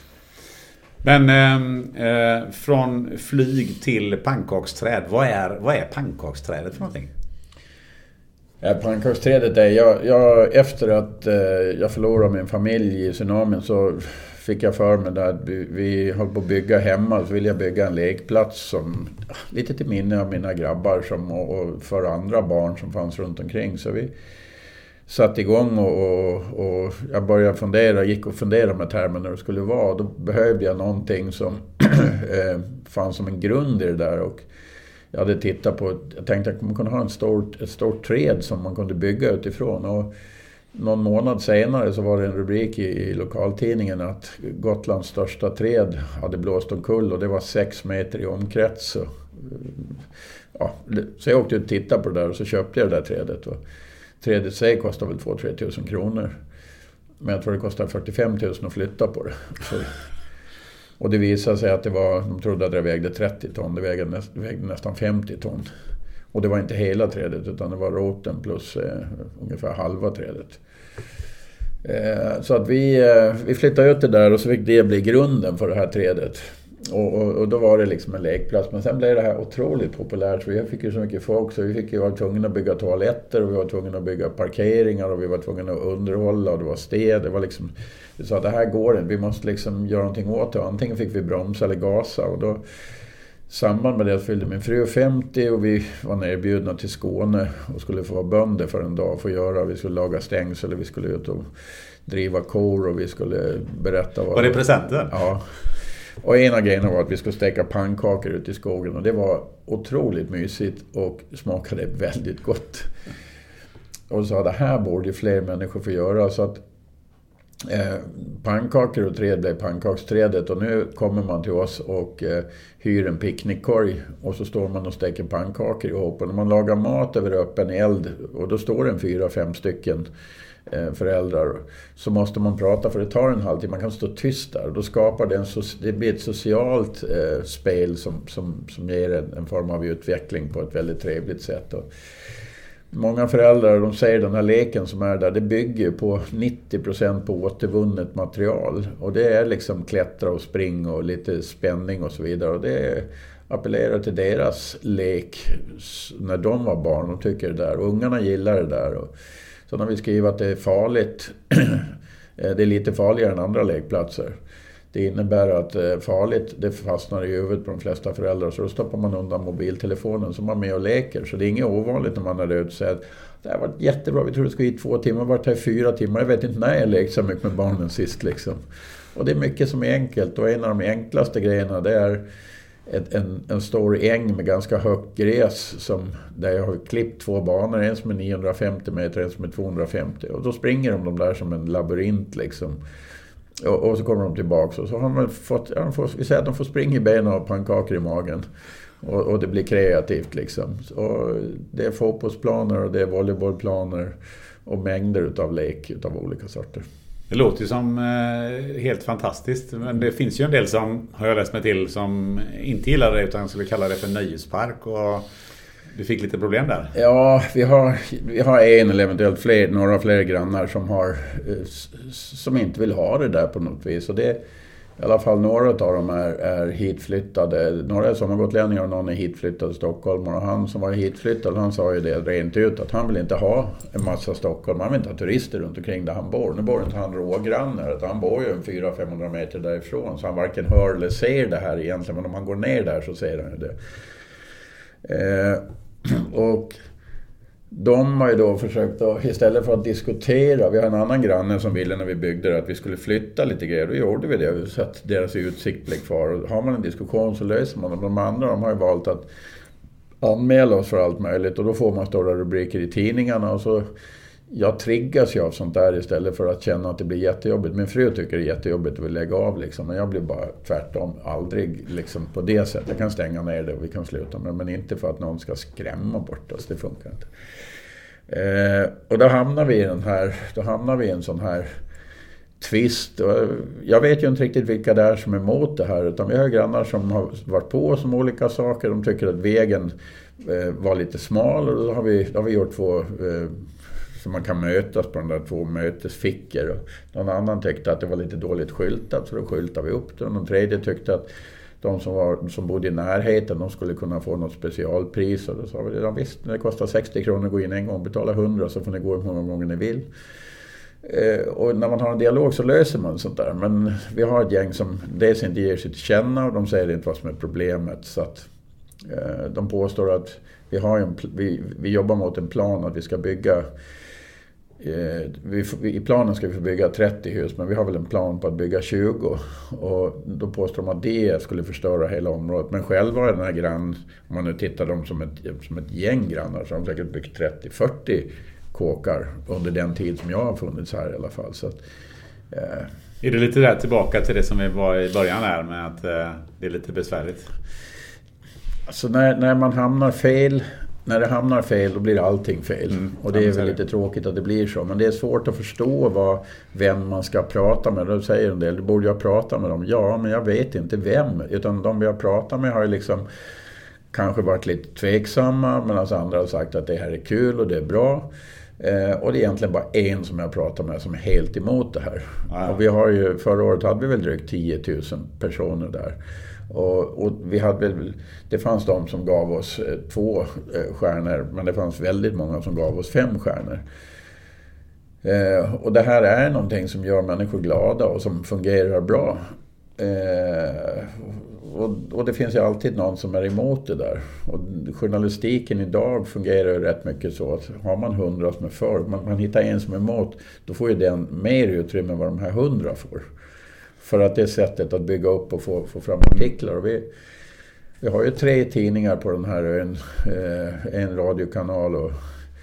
Men från flyg till pannkaksträd. Vad är pannkaksträdet för någonting? Pannkaksträdet är jag efter att jag förlorade min familj i tsunamin, så fick jag för mig att vi höll på att bygga hemma, så ville jag bygga en lekplats som lite till minne av mina grabbar och för andra barn som fanns runt omkring. Så vi satt igång och jag började gick och fundera med termer när det skulle vara. Då behövde jag någonting som fanns som en grund i det där, och jag hade tittat på, jag tänkte att man kunde ha ett stort träd som man kunde bygga utifrån, och någon månad senare så var det en rubrik i lokaltidningen att Gotlands största träd hade blåst omkull, och det var 6 meter i omkrets. Så jag åkte ut och tittade på det där och så köpte jag det där trädet. trädet sig kostar väl 2-3 tusen kronor. Men jag tror det kostar 45 000 att flytta på det. Så, och det visade sig att de trodde att det vägde 30 ton. Det vägde nästan 50 ton. Och det var inte hela trädet utan det var roten plus ungefär halva trädet. Så att vi flyttade ut det där och så fick det bli grunden för det här trädet. Och då var det liksom en lekplats. Men sen blev det här otroligt populärt. Så vi fick ju så mycket folk så vi var tvungna att bygga toaletter och vi var tvungna att bygga parkeringar och vi var tvungna att underhålla och det var städ. Det var liksom, vi sa att det här går inte. Vi måste liksom göra någonting åt det. Antingen fick vi bromsa eller gasa och då samband med det fyllde min fru 50 och vi var nerbjudna till Skåne och skulle få vara bönder för en dag för att göra. Vi skulle laga stängsel och vi skulle ut och driva kor och vi skulle berätta. Var det presenten? Ja. Och en av grejerna var att vi skulle steka pannkakor ute i skogen och det var otroligt mysigt och smakade väldigt gott. Och så det här borde fler människor få göra så att pannkakor och träd blev pannkaksträdet och nu kommer man till oss och hyr en picknickkorg och så står man och steker pannkakor ihop och när man lagar mat över öppen eld och då står en 4-5 stycken föräldrar så måste man prata för det tar en halvtimme, man kan stå tyst där och då skapar det blir ett socialt spel som ger en form av utveckling på ett väldigt trevligt sätt och många föräldrar de säger den här leken som är där det bygger på 90% på återvunnet material och det är liksom klättra och spring och lite spänning och så vidare och det appellerar till deras lek när de var barn och tycker det där och ungarna gillar det där och så när vi skriver att det är farligt det är lite farligare än andra lekplatser. Det innebär att farligt, det fastnar i huvudet på de flesta föräldrar så då stoppar man undan mobiltelefonen som man är med och leker. Så det är inget ovanligt när man är ute och säger att det här var jättebra, vi tror det ska i 2 timmar, vart här 4 timmar. Jag vet inte när jag lekte så mycket med barnen sist liksom. Och det är mycket som är enkelt och en av de enklaste grejerna det är en stor äng med ganska högt gräs där jag har klippt 2 banor, en som är 950 meter, en som är 250 och då springer de där som en labyrint liksom. Och så kommer de tillbaka och så har man vi säger att de får springa i benen och pannkakor i magen och det blir kreativt liksom. Och det är fotbollsplaner och det är volleybollplaner och mängder utav lek utav olika sorter. Det låter ju som helt fantastiskt men det finns ju en del som har jag läst mig till som inte gillar det utan skulle kalla det för nöjespark och du fick lite problem där. Ja, vi har en eller eventuellt några fler grannar som inte vill ha det där på något vis. Och det, i alla fall några av dem är hitflyttade. Några är sommargotlänningar och någon är hitflyttad till Stockholm. Och han som var hitflyttad, han sa ju det rent ut att han vill inte ha en massa Stockholm. Han vill inte ha turister runt omkring där han bor. Nu bor inte han rågrannar, utan han bor ju 400-500 meter därifrån. Så han varken hör eller ser det här egentligen. Men om han går ner där så ser han ju det. Och de har ju då försökt att, istället för att diskutera, vi har en annan granne som ville när vi byggde det att vi skulle flytta lite grejer, då gjorde vi det så att deras utsikt blev kvar och har man en diskussion så löser man det. De andra de har ju valt att anmäla oss för allt möjligt och då får man stora rubriker i tidningarna och så jag triggas ju av sånt där istället för att känna att det blir jättejobbigt. Min fru tycker det är jättejobbigt att lägga av liksom. Men jag blir bara tvärtom aldrig liksom på det sättet. Jag kan stänga ner det och vi kan sluta med det. Men inte för att någon ska skrämma bort oss. Det funkar inte. Och då hamnar vi i en sån här tvist. Och jag vet ju inte riktigt vilka det är som är emot det här. Utan vi har grannar som har varit på som olika saker. De tycker att vägen var lite smal. Och då har vi gjort 2... så man kan mötas på de där 2 mötesfickor. Och någon annan tyckte att det var lite dåligt skyltat så då skyltade vi upp det. Och någon tredje tyckte att de som bodde i närheten de skulle kunna få något specialpris. Och då sa vi att visst, det kostar 60 kronor att gå in en gång, betala 100 så får ni gå hur många gånger ni vill. Och när man har en dialog så löser man sånt där. Men vi har ett gäng som dels inte ger sig till känna och de säger inte vad som är problemet. Så att de påstår att vi jobbar mot en plan att vi ska bygga i planen ska vi få bygga 30 hus men vi har väl en plan på att bygga 20 och då påstår de att det skulle förstöra hela området men själva den här grann om man nu tittar dem som ett gäng grannar så har de säkert byggt 30-40 kåkar under den tid som jag har funnits här i alla fall så att, Är det lite där tillbaka till det som vi var i början här med att det är lite besvärligt? Alltså när man hamnar fel när det hamnar fel då blir allting fel. Och det är väl lite tråkigt att det blir så. Men det är svårt att förstå vem man ska prata med. Då säger en del, borde jag prata med dem? Ja, men jag vet inte vem. Utan de vi har pratat med har ju liksom kanske varit lite tveksamma. Medan andra har sagt att det här är kul och det är bra. Och det är egentligen bara en som jag pratar med som är helt emot det här. Och vi har ju, förra året hade vi väl drygt 10 000 personer där. Och vi hade väl, det fanns de som gav oss 2 stjärnor, men det fanns väldigt många som gav oss 5 stjärnor. Och det här är någonting som gör människor glada och som fungerar bra. Och det finns ju alltid någon som är emot det där. Och journalistiken idag fungerar ju rätt mycket så att har man 100 som är för, man hittar en som är emot, då får ju den mer utrymme än vad de här 100 får. För att det är sättet att bygga upp och få fram artiklar. Och vi har ju 3 tidningar på den här, en radiokanal och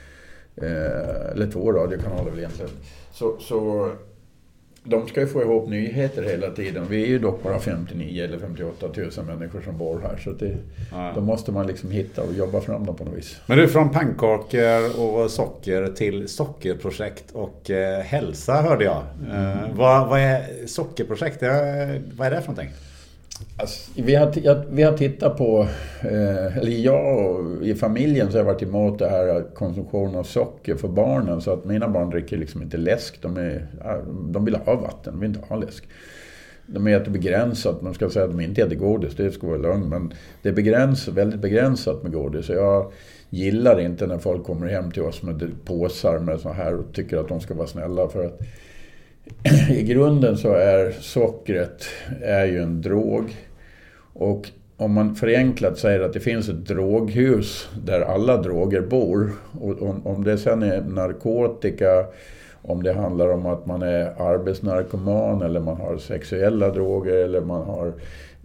eller 2 radiokanaler väl egentligen. Så de ska ju få ihop nyheter hela tiden. Vi är ju dock bara 59 eller 58 000 människor som bor här. Så då måste man liksom hitta och jobba fram dem på något vis. Men du, från pannkakor och socker till sockerprojekt och hälsa hörde jag. Vad är sockerprojekt? Vad är det för någonting? Alltså, vi har tittat på, eller jag och i familjen så har jag varit emot det här konsumtion av socker för barnen, så att mina barn dricker liksom inte läsk, de vill ha vatten, de vill inte ha läsk. De äter begränsat, man ska säga att de inte äter godis, det ska vara lugnt, men det är väldigt begränsat med godis. Så jag gillar inte när folk kommer hem till oss med påsar med så här och tycker att de ska vara snälla, för att i grunden så är sockret ju en drog, och om man förenklat säger att det finns ett droghus där alla droger bor, och om det sen är narkotika, om det handlar om att man är arbetsnarkoman eller man har sexuella droger eller man har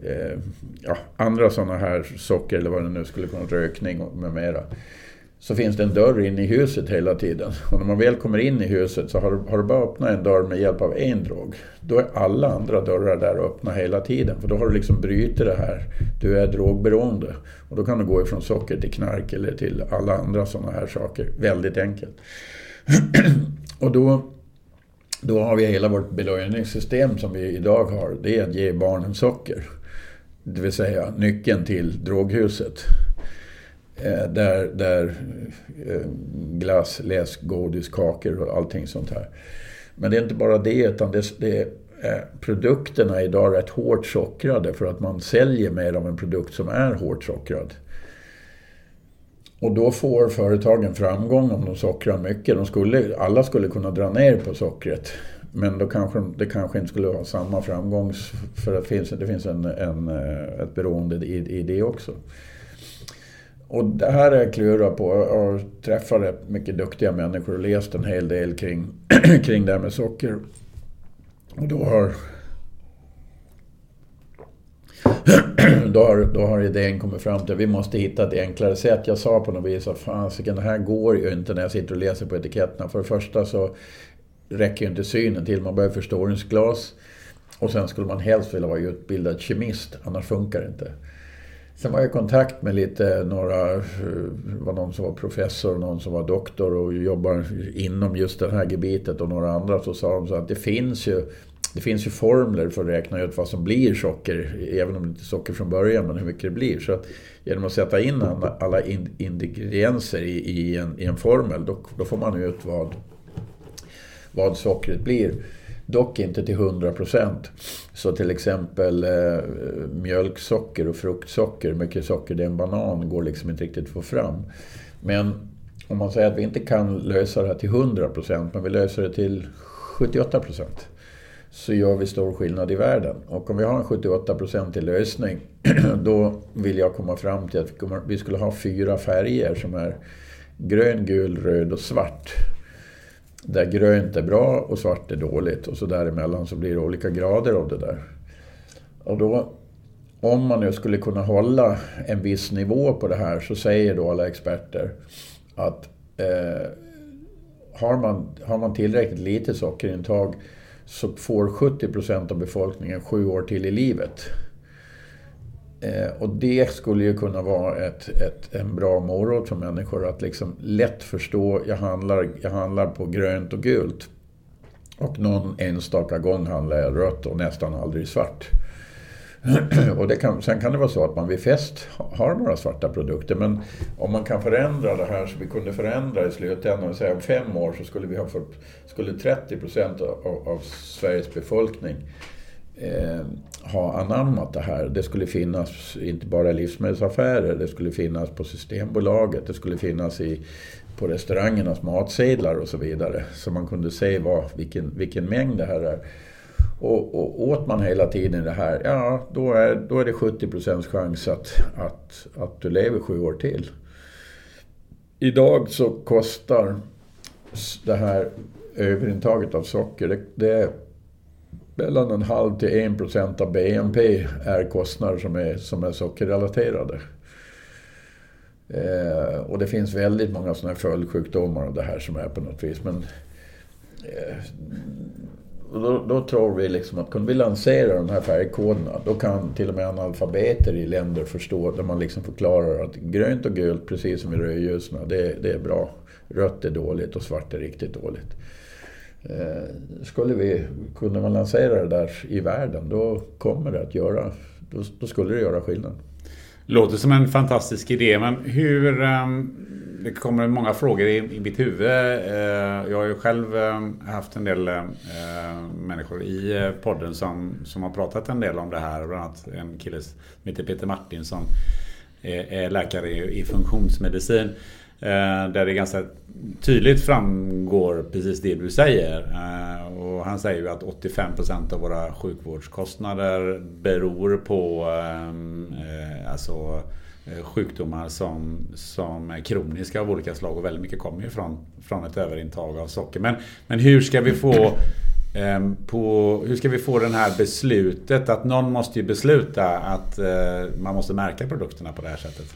andra sådana här socker eller vad det nu skulle kunna, rökning med mera, så finns det en dörr in i huset hela tiden. Och när man väl kommer in i huset så har du bara öppnat en dörr med hjälp av en drog. Då är alla andra dörrar där öppna hela tiden. För då har du liksom bryter det här. Du är drogberoende. Och då kan du gå ifrån socker till knark eller till alla andra sådana här saker. Väldigt enkelt. Och då har vi hela vårt belöningssystem som vi idag har. Det är att ge barnen socker. Det vill säga nyckeln till droghuset. Där glass, läsk, godis, kakor och allting sånt här. Men det är inte bara det, utan produkterna är idag rätt hårt sockrade för att man säljer mer av en produkt som är hårt sockrad. Och då får företagen framgång om de sockrar mycket. Alla skulle kunna dra ner på sockret. Men då det kanske inte skulle ha samma framgång, för att det finns ett beroende i det också. Och det här är jag klurat på. Jag har träffat rätt mycket duktiga människor och läst en hel del kring det här med socker. Och då har idén kommit fram till att vi måste hitta ett enklare sätt. Jag sa på något vis att det här går ju inte när jag sitter och läser på etiketterna. För det första så räcker ju inte synen till. Man behöver förstoringsglas. Och sen skulle man helst vilja vara utbildad kemist. Annars funkar det inte. Sen var jag i kontakt med någon som var professor och någon som var doktor och jobbar inom just det här gebitet, och några andra, så sa de så att det finns ju formler för att räkna ut vad som blir socker, även om det inte är socker från början, men hur mycket det blir. Så att genom att sätta in alla ingredienser i en formel, då får man ut vad sockret blir. Dock inte till 100%. Så till exempel mjölksocker och fruktsocker, mycket socker det är en banan, går liksom inte riktigt att få fram. Men om man säger att vi inte kan lösa det här till 100%, men vi löser det till 78%, så gör vi stor skillnad i världen. Och om vi har en 78% i lösning, då vill jag komma fram till att vi skulle ha 4 färger som är grön, gul, röd och svart. Där grönt är bra och svart är dåligt, och så däremellan så blir det olika grader av det där. Och då, om man nu skulle kunna hålla en viss nivå på det här, så säger då alla experter att har man tillräckligt lite sockerintag så får 70% av befolkningen 7 år till i livet. Och det skulle ju kunna vara en bra morot för människor att liksom lätt förstå. Jag handlar på grönt och gult. Och någon enstaka gång handlar jag rött och nästan aldrig svart. Och sen kan det vara så att man vid fest har några svarta produkter. Men om man kan förändra det här, så vi kunde förändra i slutändan och säga om 5 år så skulle 30% av Sveriges befolkning ha anammat det här. Det skulle finnas inte bara i livsmedelsaffärer, det skulle finnas på Systembolaget, det skulle finnas på restaurangernas matsedlar och så vidare. Så man kunde se vilken mängd det här är. Och åt man hela tiden det här, ja, då är det 70% chans att du lever 7 år till. Idag så kostar det här överintaget av socker, det är mellan 0,5 till 1% av BNP är kostnader som är sockerrelaterade. Och det finns väldigt många sådana här följdsjukdomar och det här som är på något vis. Men då tror vi liksom att kunde vi lansera de här färgkoderna, då kan till och med analfabeter i länder förstå, där man liksom förklarar att grönt och gult, precis som i rödljusna, det är bra. Rött är dåligt och svart är riktigt dåligt. Kunde man lansera det där i världen, då kommer det att då skulle det göra skillnad. Låter som en fantastisk idé, men det kommer många frågor i mitt huvud. Jag har ju själv haft en del människor i podden som har pratat en del om det här. Bland annat en kille som heter Peter Martin som är läkare i funktionsmedicin. Där det ganska tydligt framgår precis det du säger. Och han säger ju att 85% av våra sjukvårdskostnader beror på sjukdomar som är kroniska av olika slag, och väldigt mycket kommer ju från ett överintag av socker. Men hur ska vi få den här beslutet, att någon måste ju besluta att man måste märka produkterna på det här sättet?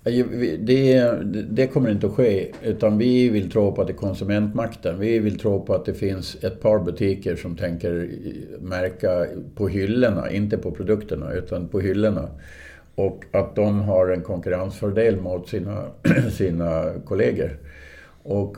Det kommer inte att ske, utan vi vill tro på att det är konsumentmakten. Vi vill tro på att det finns ett par butiker som tänker märka på hyllorna, inte på produkterna utan på hyllorna. Och att de har en konkurrensfördel mot sina kollegor. Och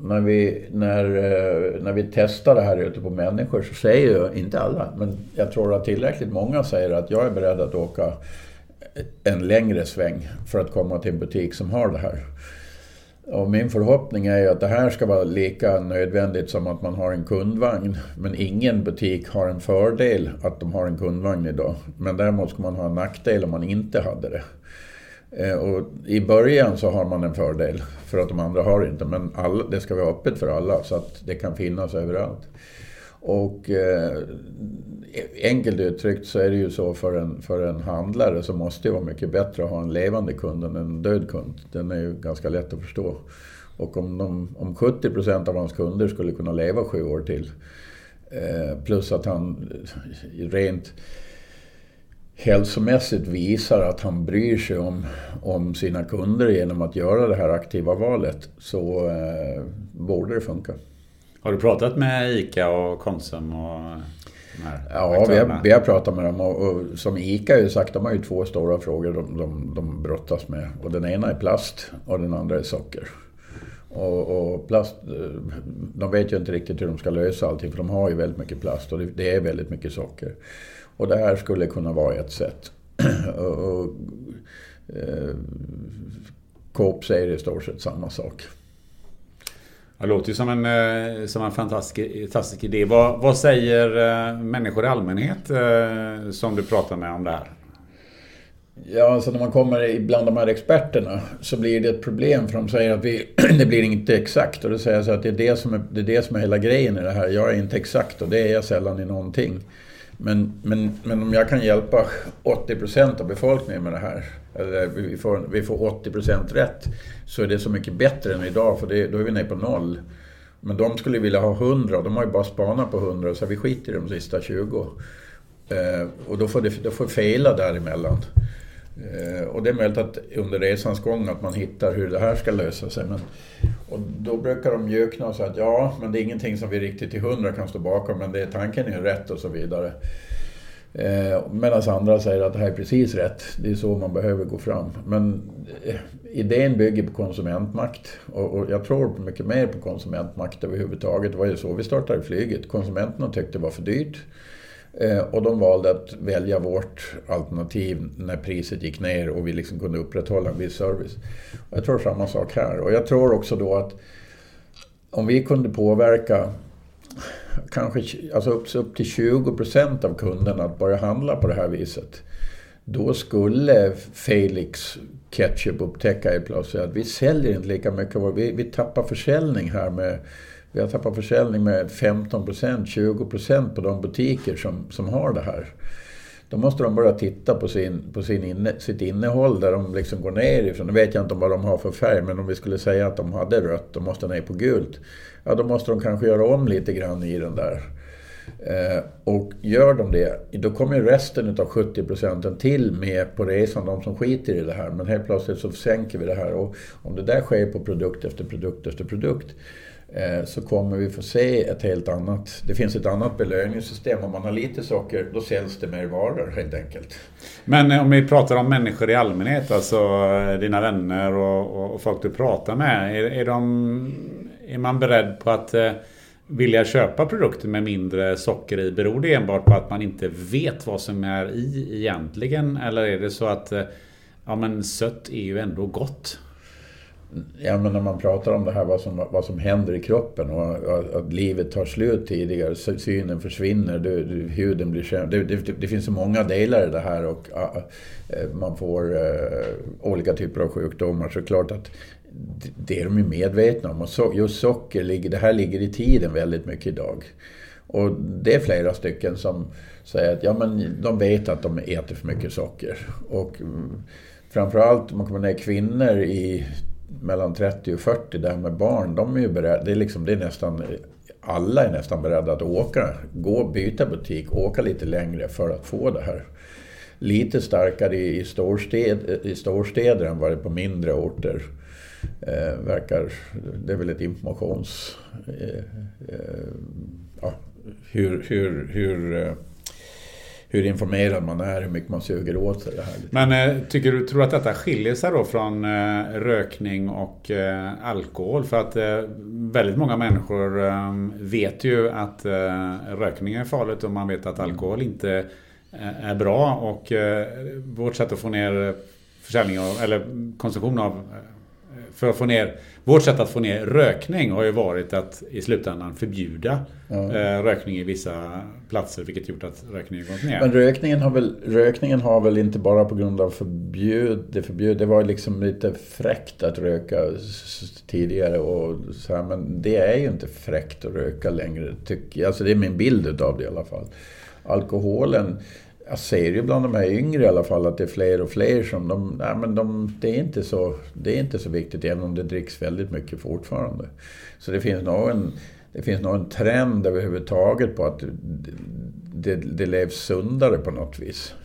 när vi testar det här ute på människor, så säger ju inte alla, men jag tror att tillräckligt många säger att jag är beredd att åka en längre sväng för att komma till en butik som har det här. Och min förhoppning är ju att det här ska vara lika nödvändigt som att man har en kundvagn. Men ingen butik har en fördel att de har en kundvagn idag. Men däremot ska man ha en nackdel om man inte hade det. Och i början så har man en fördel för att de andra har inte. Men det ska vara öppet för alla så att det kan finnas överallt. Och enkelt uttryckt så är det ju så för en handlare så måste det vara mycket bättre att ha en levande kund än en död kund. Den är ju ganska lätt att förstå. Och om 70% av hans kunder skulle kunna leva 7 år till, plus att han rent hälsomässigt visar att han bryr sig om sina kunder genom att göra det här aktiva valet, så borde det funka. Har du pratat med ICA och Konsum och de här? Ja, vi har pratat med dem, och som ICA har ju sagt, de har ju 2 stora frågor de brottas med. Och den ena är plast och den andra är socker. Och plast, de vet ju inte riktigt hur de ska lösa allting, för de har ju väldigt mycket plast och det är väldigt mycket socker. Och det här skulle kunna vara ett sätt. Coop säger i stort sett samma sak. Det låter ju som en fantastisk idé. Vad säger människor i allmänhet som du pratar med om det här? Ja, alltså när man kommer bland de här experterna så blir det ett problem, för de säger att det blir inte exakt. Och det säger så att det är det som är hela grejen i det här. Jag är inte exakt, och det är jag sällan i någonting. Men om jag kan hjälpa 80% av befolkningen med det här, eller vi får 80% rätt, så är det så mycket bättre än idag, för då är vi nere på 0. Men de skulle vilja ha 100, och de har ju bara spanat på 100, så vi skiter i de sista 20. Och då får fejla däremellan. Och det är möjligt att under resans gång att man hittar hur det här ska lösa sig. Och då brukar de mjukna och säga att ja, men det är ingenting som vi riktigt till 100 kan stå bakom, men tanken är rätt och så vidare. Medan andra säger att det här är precis rätt. Det är så man behöver gå fram. Men idén bygger på konsumentmakt. Och jag tror mycket mer på konsumentmakt överhuvudtaget. Det var ju så vi startade flyget. Konsumenterna tyckte det var för dyrt. Och de valde att välja vårt alternativ när priset gick ner och vi liksom kunde upprätthålla en viss service. Och jag tror samma sak här. Och jag tror också då att om vi kunde påverka kanske alltså upp till 20% av kunderna att börja handla på det här viset, då skulle Felix Ketchup upptäcka plötsligt att vi säljer inte lika mycket. Vi tappar försäljning här vi har tappat försäljning med 15%, 20% på de butiker som har det här. Då måste de börja titta på sitt innehåll där de liksom går ner ifrån. Nu vet jag inte vad de har för färg, men om vi skulle säga att de hade rött, då måste ner på gult. Ja, då måste de kanske göra om lite grann i den där. Och gör de det, då kommer resten av 70% till med på resan, de som skiter i det här. Men helt plötsligt så sänker vi det här. Och om det där sker på produkt efter produkt efter produkt, så kommer vi få se ett helt annat. Det finns ett annat belöningssystem. Om man har lite socker, då säljs det mer varor helt enkelt. Men om vi pratar om människor i allmänhet, alltså dina vänner och folk du pratar med, är man beredd på att vilja köpa produkter med mindre socker i? Beror det enbart på att man inte vet vad som är i egentligen? Eller är det så att sött är ju ändå gott? Ja, men när man pratar om det här, vad som händer i kroppen och att livet tar slut tidigare, synen försvinner, huden blir sämre. Det finns så många delar i det här och man får olika typer av sjukdomar. Så klart att det är de ju medvetna om. Och just socker, det här ligger i tiden väldigt mycket idag. Och det är flera stycken som säger att de vet att de äter för mycket socker. Och framförallt om man kommer ner kvinnor i mellan 30 och 40 där med barn, de är ju beredda, alla är nästan beredda att gå och byta butik, åka lite längre för att få det här. Lite starkare i storstäder än vad det är på mindre orter. Det är väl ett informations hur informerad man är, hur mycket man suger åt sig det här. Men tror att detta skiljer sig då från rökning och alkohol? För att väldigt många människor vet ju att rökning är farligt och man vet att alkohol inte är bra. Och vårt sätt att få ner försäljning eller konsumtion av, för att få ner, vårt sätt att få ner rökning har ju varit att i slutändan förbjuda rökning i vissa platser, vilket gjort att rökningen gått ner. Men rökningen har väl inte bara på grund av förbjud. Det var liksom lite fräckt att röka tidigare och så här, men det är ju inte fräckt att röka längre, tycker jag. Alltså det är min bild av det i alla fall. Alkoholen, jag ser ju bland de här yngre i alla fall att det är fler och fler som det är inte så viktigt, även om det dricks väldigt mycket fortfarande. Så det finns nog en trend överhuvudtaget på att det levs sundare på något vis.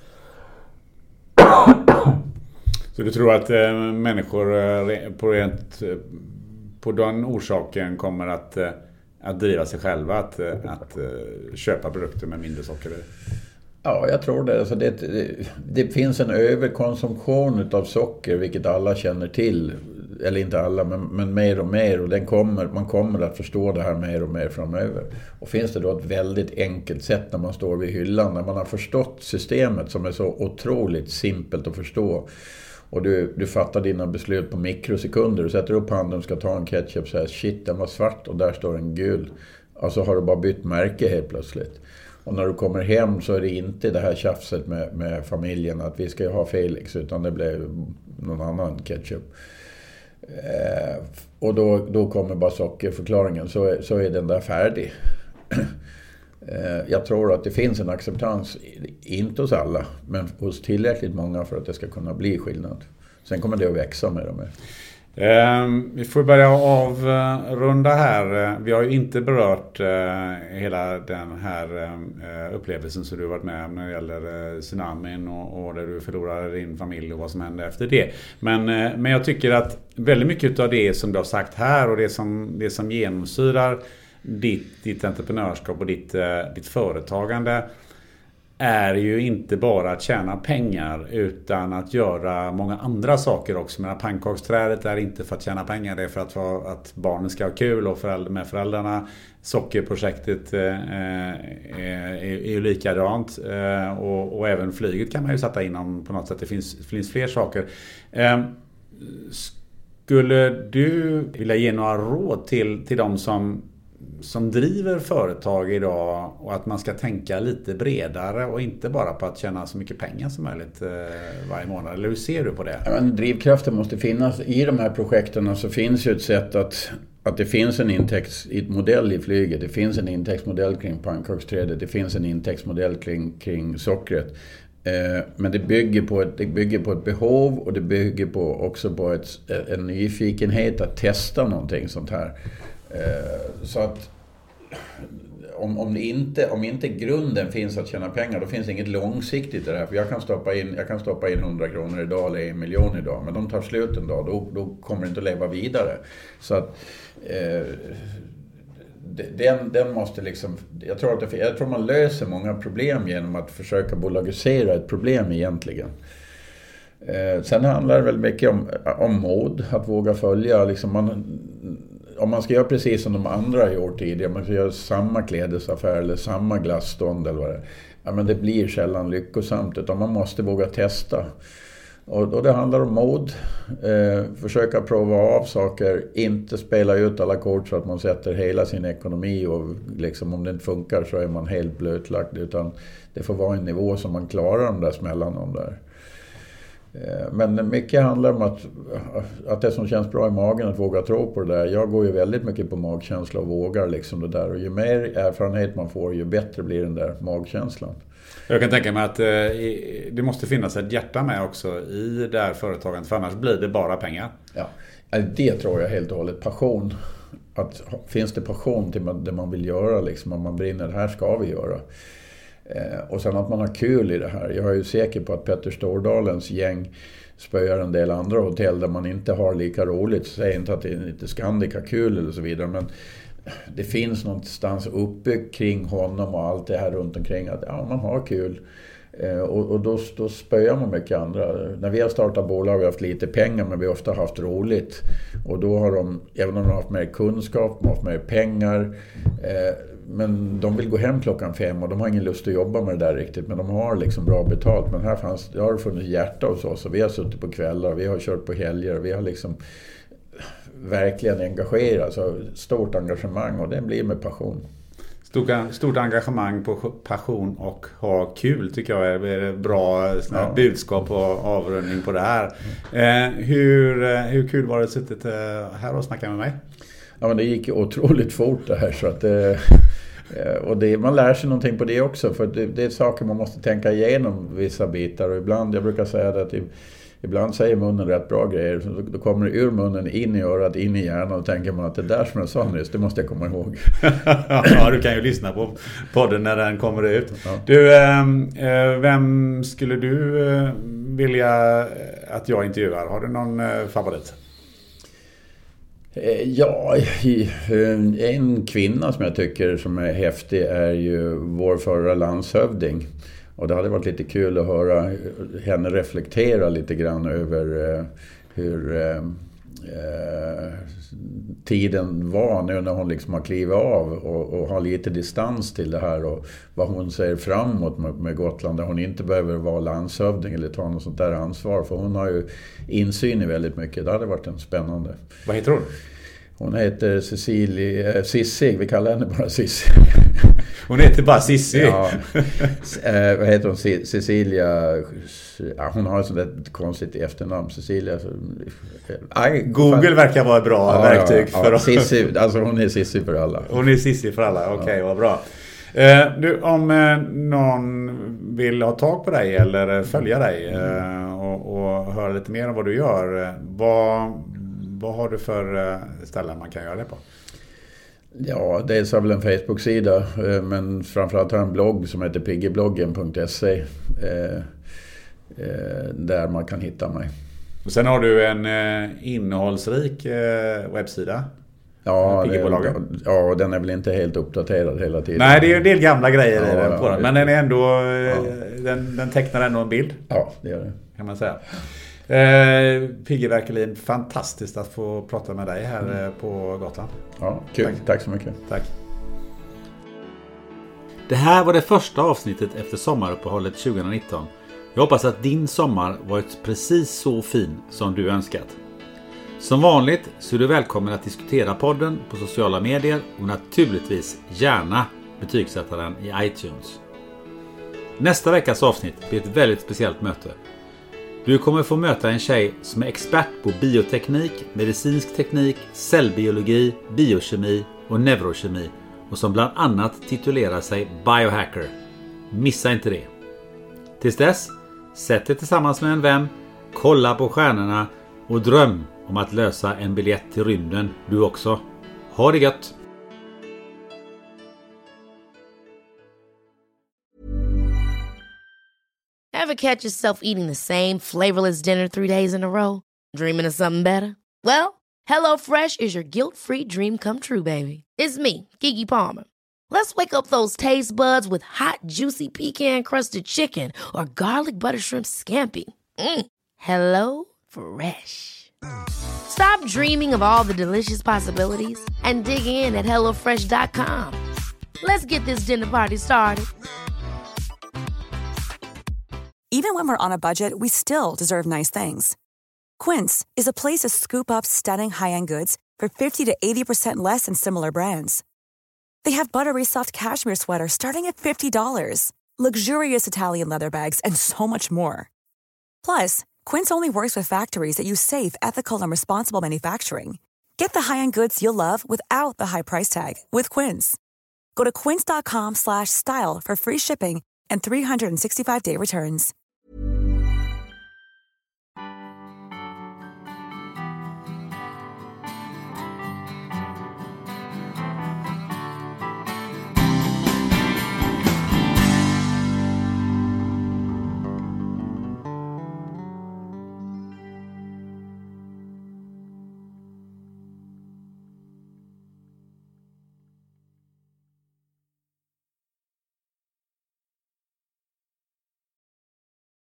Så du tror att människor på den orsaken kommer att driva sig själva att köpa produkter med mindre socker? Ja, jag tror det. Alltså det finns en överkonsumtion av socker, vilket alla känner till. Eller inte alla, men mer och mer. Och man kommer att förstå det här mer och mer framöver. Och finns det då ett väldigt enkelt sätt när man står vid hyllan, när man har förstått systemet som är så otroligt simpelt att förstå. Och du fattar dina beslut på mikrosekunder. Du sätter upp handen och ska ta en ketchup och säger shit, den var svart och där står en gul. Och så har du bara bytt märke helt plötsligt. Och när du kommer hem så är det inte det här tjafset med familjen att vi ska ha Felix, utan det blev någon annan ketchup. Och då kommer bara sockerförklaringen, så är den där färdig. Jag tror att det finns en acceptans, inte hos alla, men hos tillräckligt många för att det ska kunna bli skillnad. Sen kommer det att växa mer och mer. Vi får börja avrunda här. Vi har ju inte berört hela den här upplevelsen som du har varit med om när det gäller tsunamin och där du förlorade din familj och vad som hände efter det. Men jag tycker att väldigt mycket av det som du har sagt här och det som genomsyrar ditt entreprenörskap och ditt företagande är ju inte bara att tjäna pengar utan att göra många andra saker också. Men pannkaksträdet är inte för att tjäna pengar, det är för att barnen ska ha kul och med föräldrarna. Sockerprojektet är ju likadant, och även flyget kan man ju sätta in på något sätt. Det finns fler saker. Skulle du vilja ge några råd till de som driver företag idag, och att man ska tänka lite bredare och inte bara på att tjäna så mycket pengar som möjligt varje månad? Eller hur ser du på det? Ja, men drivkraften måste finnas. I de här projekten så finns ju ett sätt att det finns en intäktsmodell i flyget, det finns en intäktsmodell kring pannkaksträdet, det finns en intäktsmodell kring sockret. Men det bygger på ett behov, och det bygger också på en nyfikenhet att testa någonting sånt här. Så att om inte grunden finns att tjäna pengar, då finns det inget långsiktigt i det här. För jag kan stoppa in 100 kronor idag eller 1 miljon idag, men de tar slut en dag, då kommer det inte att leva vidare. Så att den måste liksom, jag tror man löser många problem genom att försöka bolagisera ett problem egentligen. Sen handlar det väl mycket om mod, att våga följa liksom om man ska göra precis som de andra har gjort tidigare, man ska göra samma klädesaffär eller samma glassstånd eller vad det är. Ja, men det blir sällan lyckosamt, utan man måste våga testa. Och det handlar om mod, försöka prova av saker, inte spela ut alla kort så att man sätter hela sin ekonomi, och liksom om det inte funkar så är man helt blötlagd, utan det får vara en nivå som man klarar de där smällarna där. Men mycket handlar om att det som känns bra i magen, att våga tro på det där. Jag går ju väldigt mycket på magkänsla och vågar liksom det där. Och ju mer erfarenhet man får, ju bättre blir den där magkänslan. Jag kan tänka mig att det måste finnas ett hjärta med också i det här företaget, för annars blir det bara pengar. Ja, det tror jag helt och hållet. Passion. Finns det passion till det man vill göra, liksom, om man brinner, det här ska vi göra. Och sen att man har kul i det här. Jag är ju säker på att Petter Stordalens gäng spöar en del andra hotell där man inte har lika roligt. Säg inte att det är inte Scandic kul eller så vidare, men det finns någonstans uppbyggt kring honom och allt det här runt omkring att man har kul. Och då spöar man mycket andra. När vi har startat bolag har vi haft lite pengar, men vi har ofta haft roligt. Och då har de, även om de har haft mer kunskap, de har haft mer pengar, men de vill gå hem 5:00 och de har ingen lust att jobba med det där riktigt, men de har liksom bra betalt. Men här har det funnits hjärta hos oss, och vi har suttit på kvällar, vi har kört på helger, vi har liksom verkligen engagerat, alltså stort engagemang, och det blir med passion. Stort engagemang på passion och ha kul tycker jag är bra budskap och avrundning på det här. Hur kul var det att suttit här och snacka med mig? Ja, men det gick otroligt fort det här, så att och man lär sig någonting på det också, för det är saker man måste tänka igenom vissa bitar, och ibland, jag brukar säga det, att ibland säger munnen rätt bra grejer, så då kommer det ur munnen in i örat, in i hjärnan, och tänker man att det där som jag sa nyss, det måste jag komma ihåg. Ja, du kan ju lyssna på podden när den kommer ut. Ja. Du, vem skulle du vilja att jag intervjuar? Har du någon favorit? Ja, en kvinna som jag tycker som är häftig är ju vår förra landshövding. Och det hade varit lite kul att höra henne reflektera lite grann över hur tiden var nu när hon liksom har klivit av, och har lite distans till det här, och vad hon ser framåt med Gotland, där hon inte behöver vara landshövding eller ta något sånt där ansvar, för hon har ju insyn i väldigt mycket. Det hade varit en spännande. Vad heter hon? Hon heter Sissi, vi kallar henne bara Sissi. Hon heter bara Sissi. Ja. Vad heter hon? Cecilia. Ja, hon har ett sånt där konstigt efternamn. Cecilia. Google verkar vara ett bra verktyg för oss. Sissi, alltså hon är Sissi för alla. Hon är Sissi för alla, okej, vad bra. Du, om någon vill ha tag på dig eller följa dig och höra lite mer om vad du gör, vad har du för ställen man kan göra det på? Ja, dels har väl en Facebook-sida, men framförallt har en blogg som heter piggybloggen.se, där man kan hitta mig. Och sen har du en innehållsrik webbsida. Ja, Piggy-bolagen. Den är väl inte helt uppdaterad hela tiden. Nej, det är ju en del gamla grejer i den på den. Men den är ändå den tecknar ändå en bild. Ja, det gör det. Kan man säga. Piggy Werkelin, fantastiskt att få prata med dig här på Gotland. Ja, kul. Tack så mycket. Tack. Det här var det första avsnittet efter sommaruppehållet 2019. Jag hoppas att din sommar varit precis så fin som du önskat. Som vanligt så är du välkommen att diskutera podden på sociala medier och naturligtvis gärna betygsätta den i iTunes. Nästa veckas avsnitt blir ett väldigt speciellt möte. Du kommer få möta en tjej som är expert på bioteknik, medicinsk teknik, cellbiologi, biokemi och neurokemi och som bland annat titulerar sig biohacker. Missa inte det. Tills dess, sätt dig tillsammans med en vän, kolla på stjärnorna och dröm om att lösa en biljett till rymden du också. Ha det gött! Ever catch yourself eating the same flavorless dinner 3 days in a row? Dreaming of something better? Well, HelloFresh is your guilt-free dream come true, baby. It's me, Keke Palmer. Let's wake up those taste buds with hot, juicy pecan-crusted chicken or garlic butter shrimp scampi. Hello Fresh. Stop dreaming of all the delicious possibilities and dig in at HelloFresh.com. Let's get this dinner party started. Even when we're on a budget, we still deserve nice things. Quince is a place to scoop up stunning high-end goods for 50 to 80% less than similar brands. They have buttery soft cashmere sweaters starting at $50, luxurious Italian leather bags, and so much more. Plus, Quince only works with factories that use safe, ethical, and responsible manufacturing. Get the high-end goods you'll love without the high price tag with Quince. Go to quince.com/style for free shipping and 365-day returns.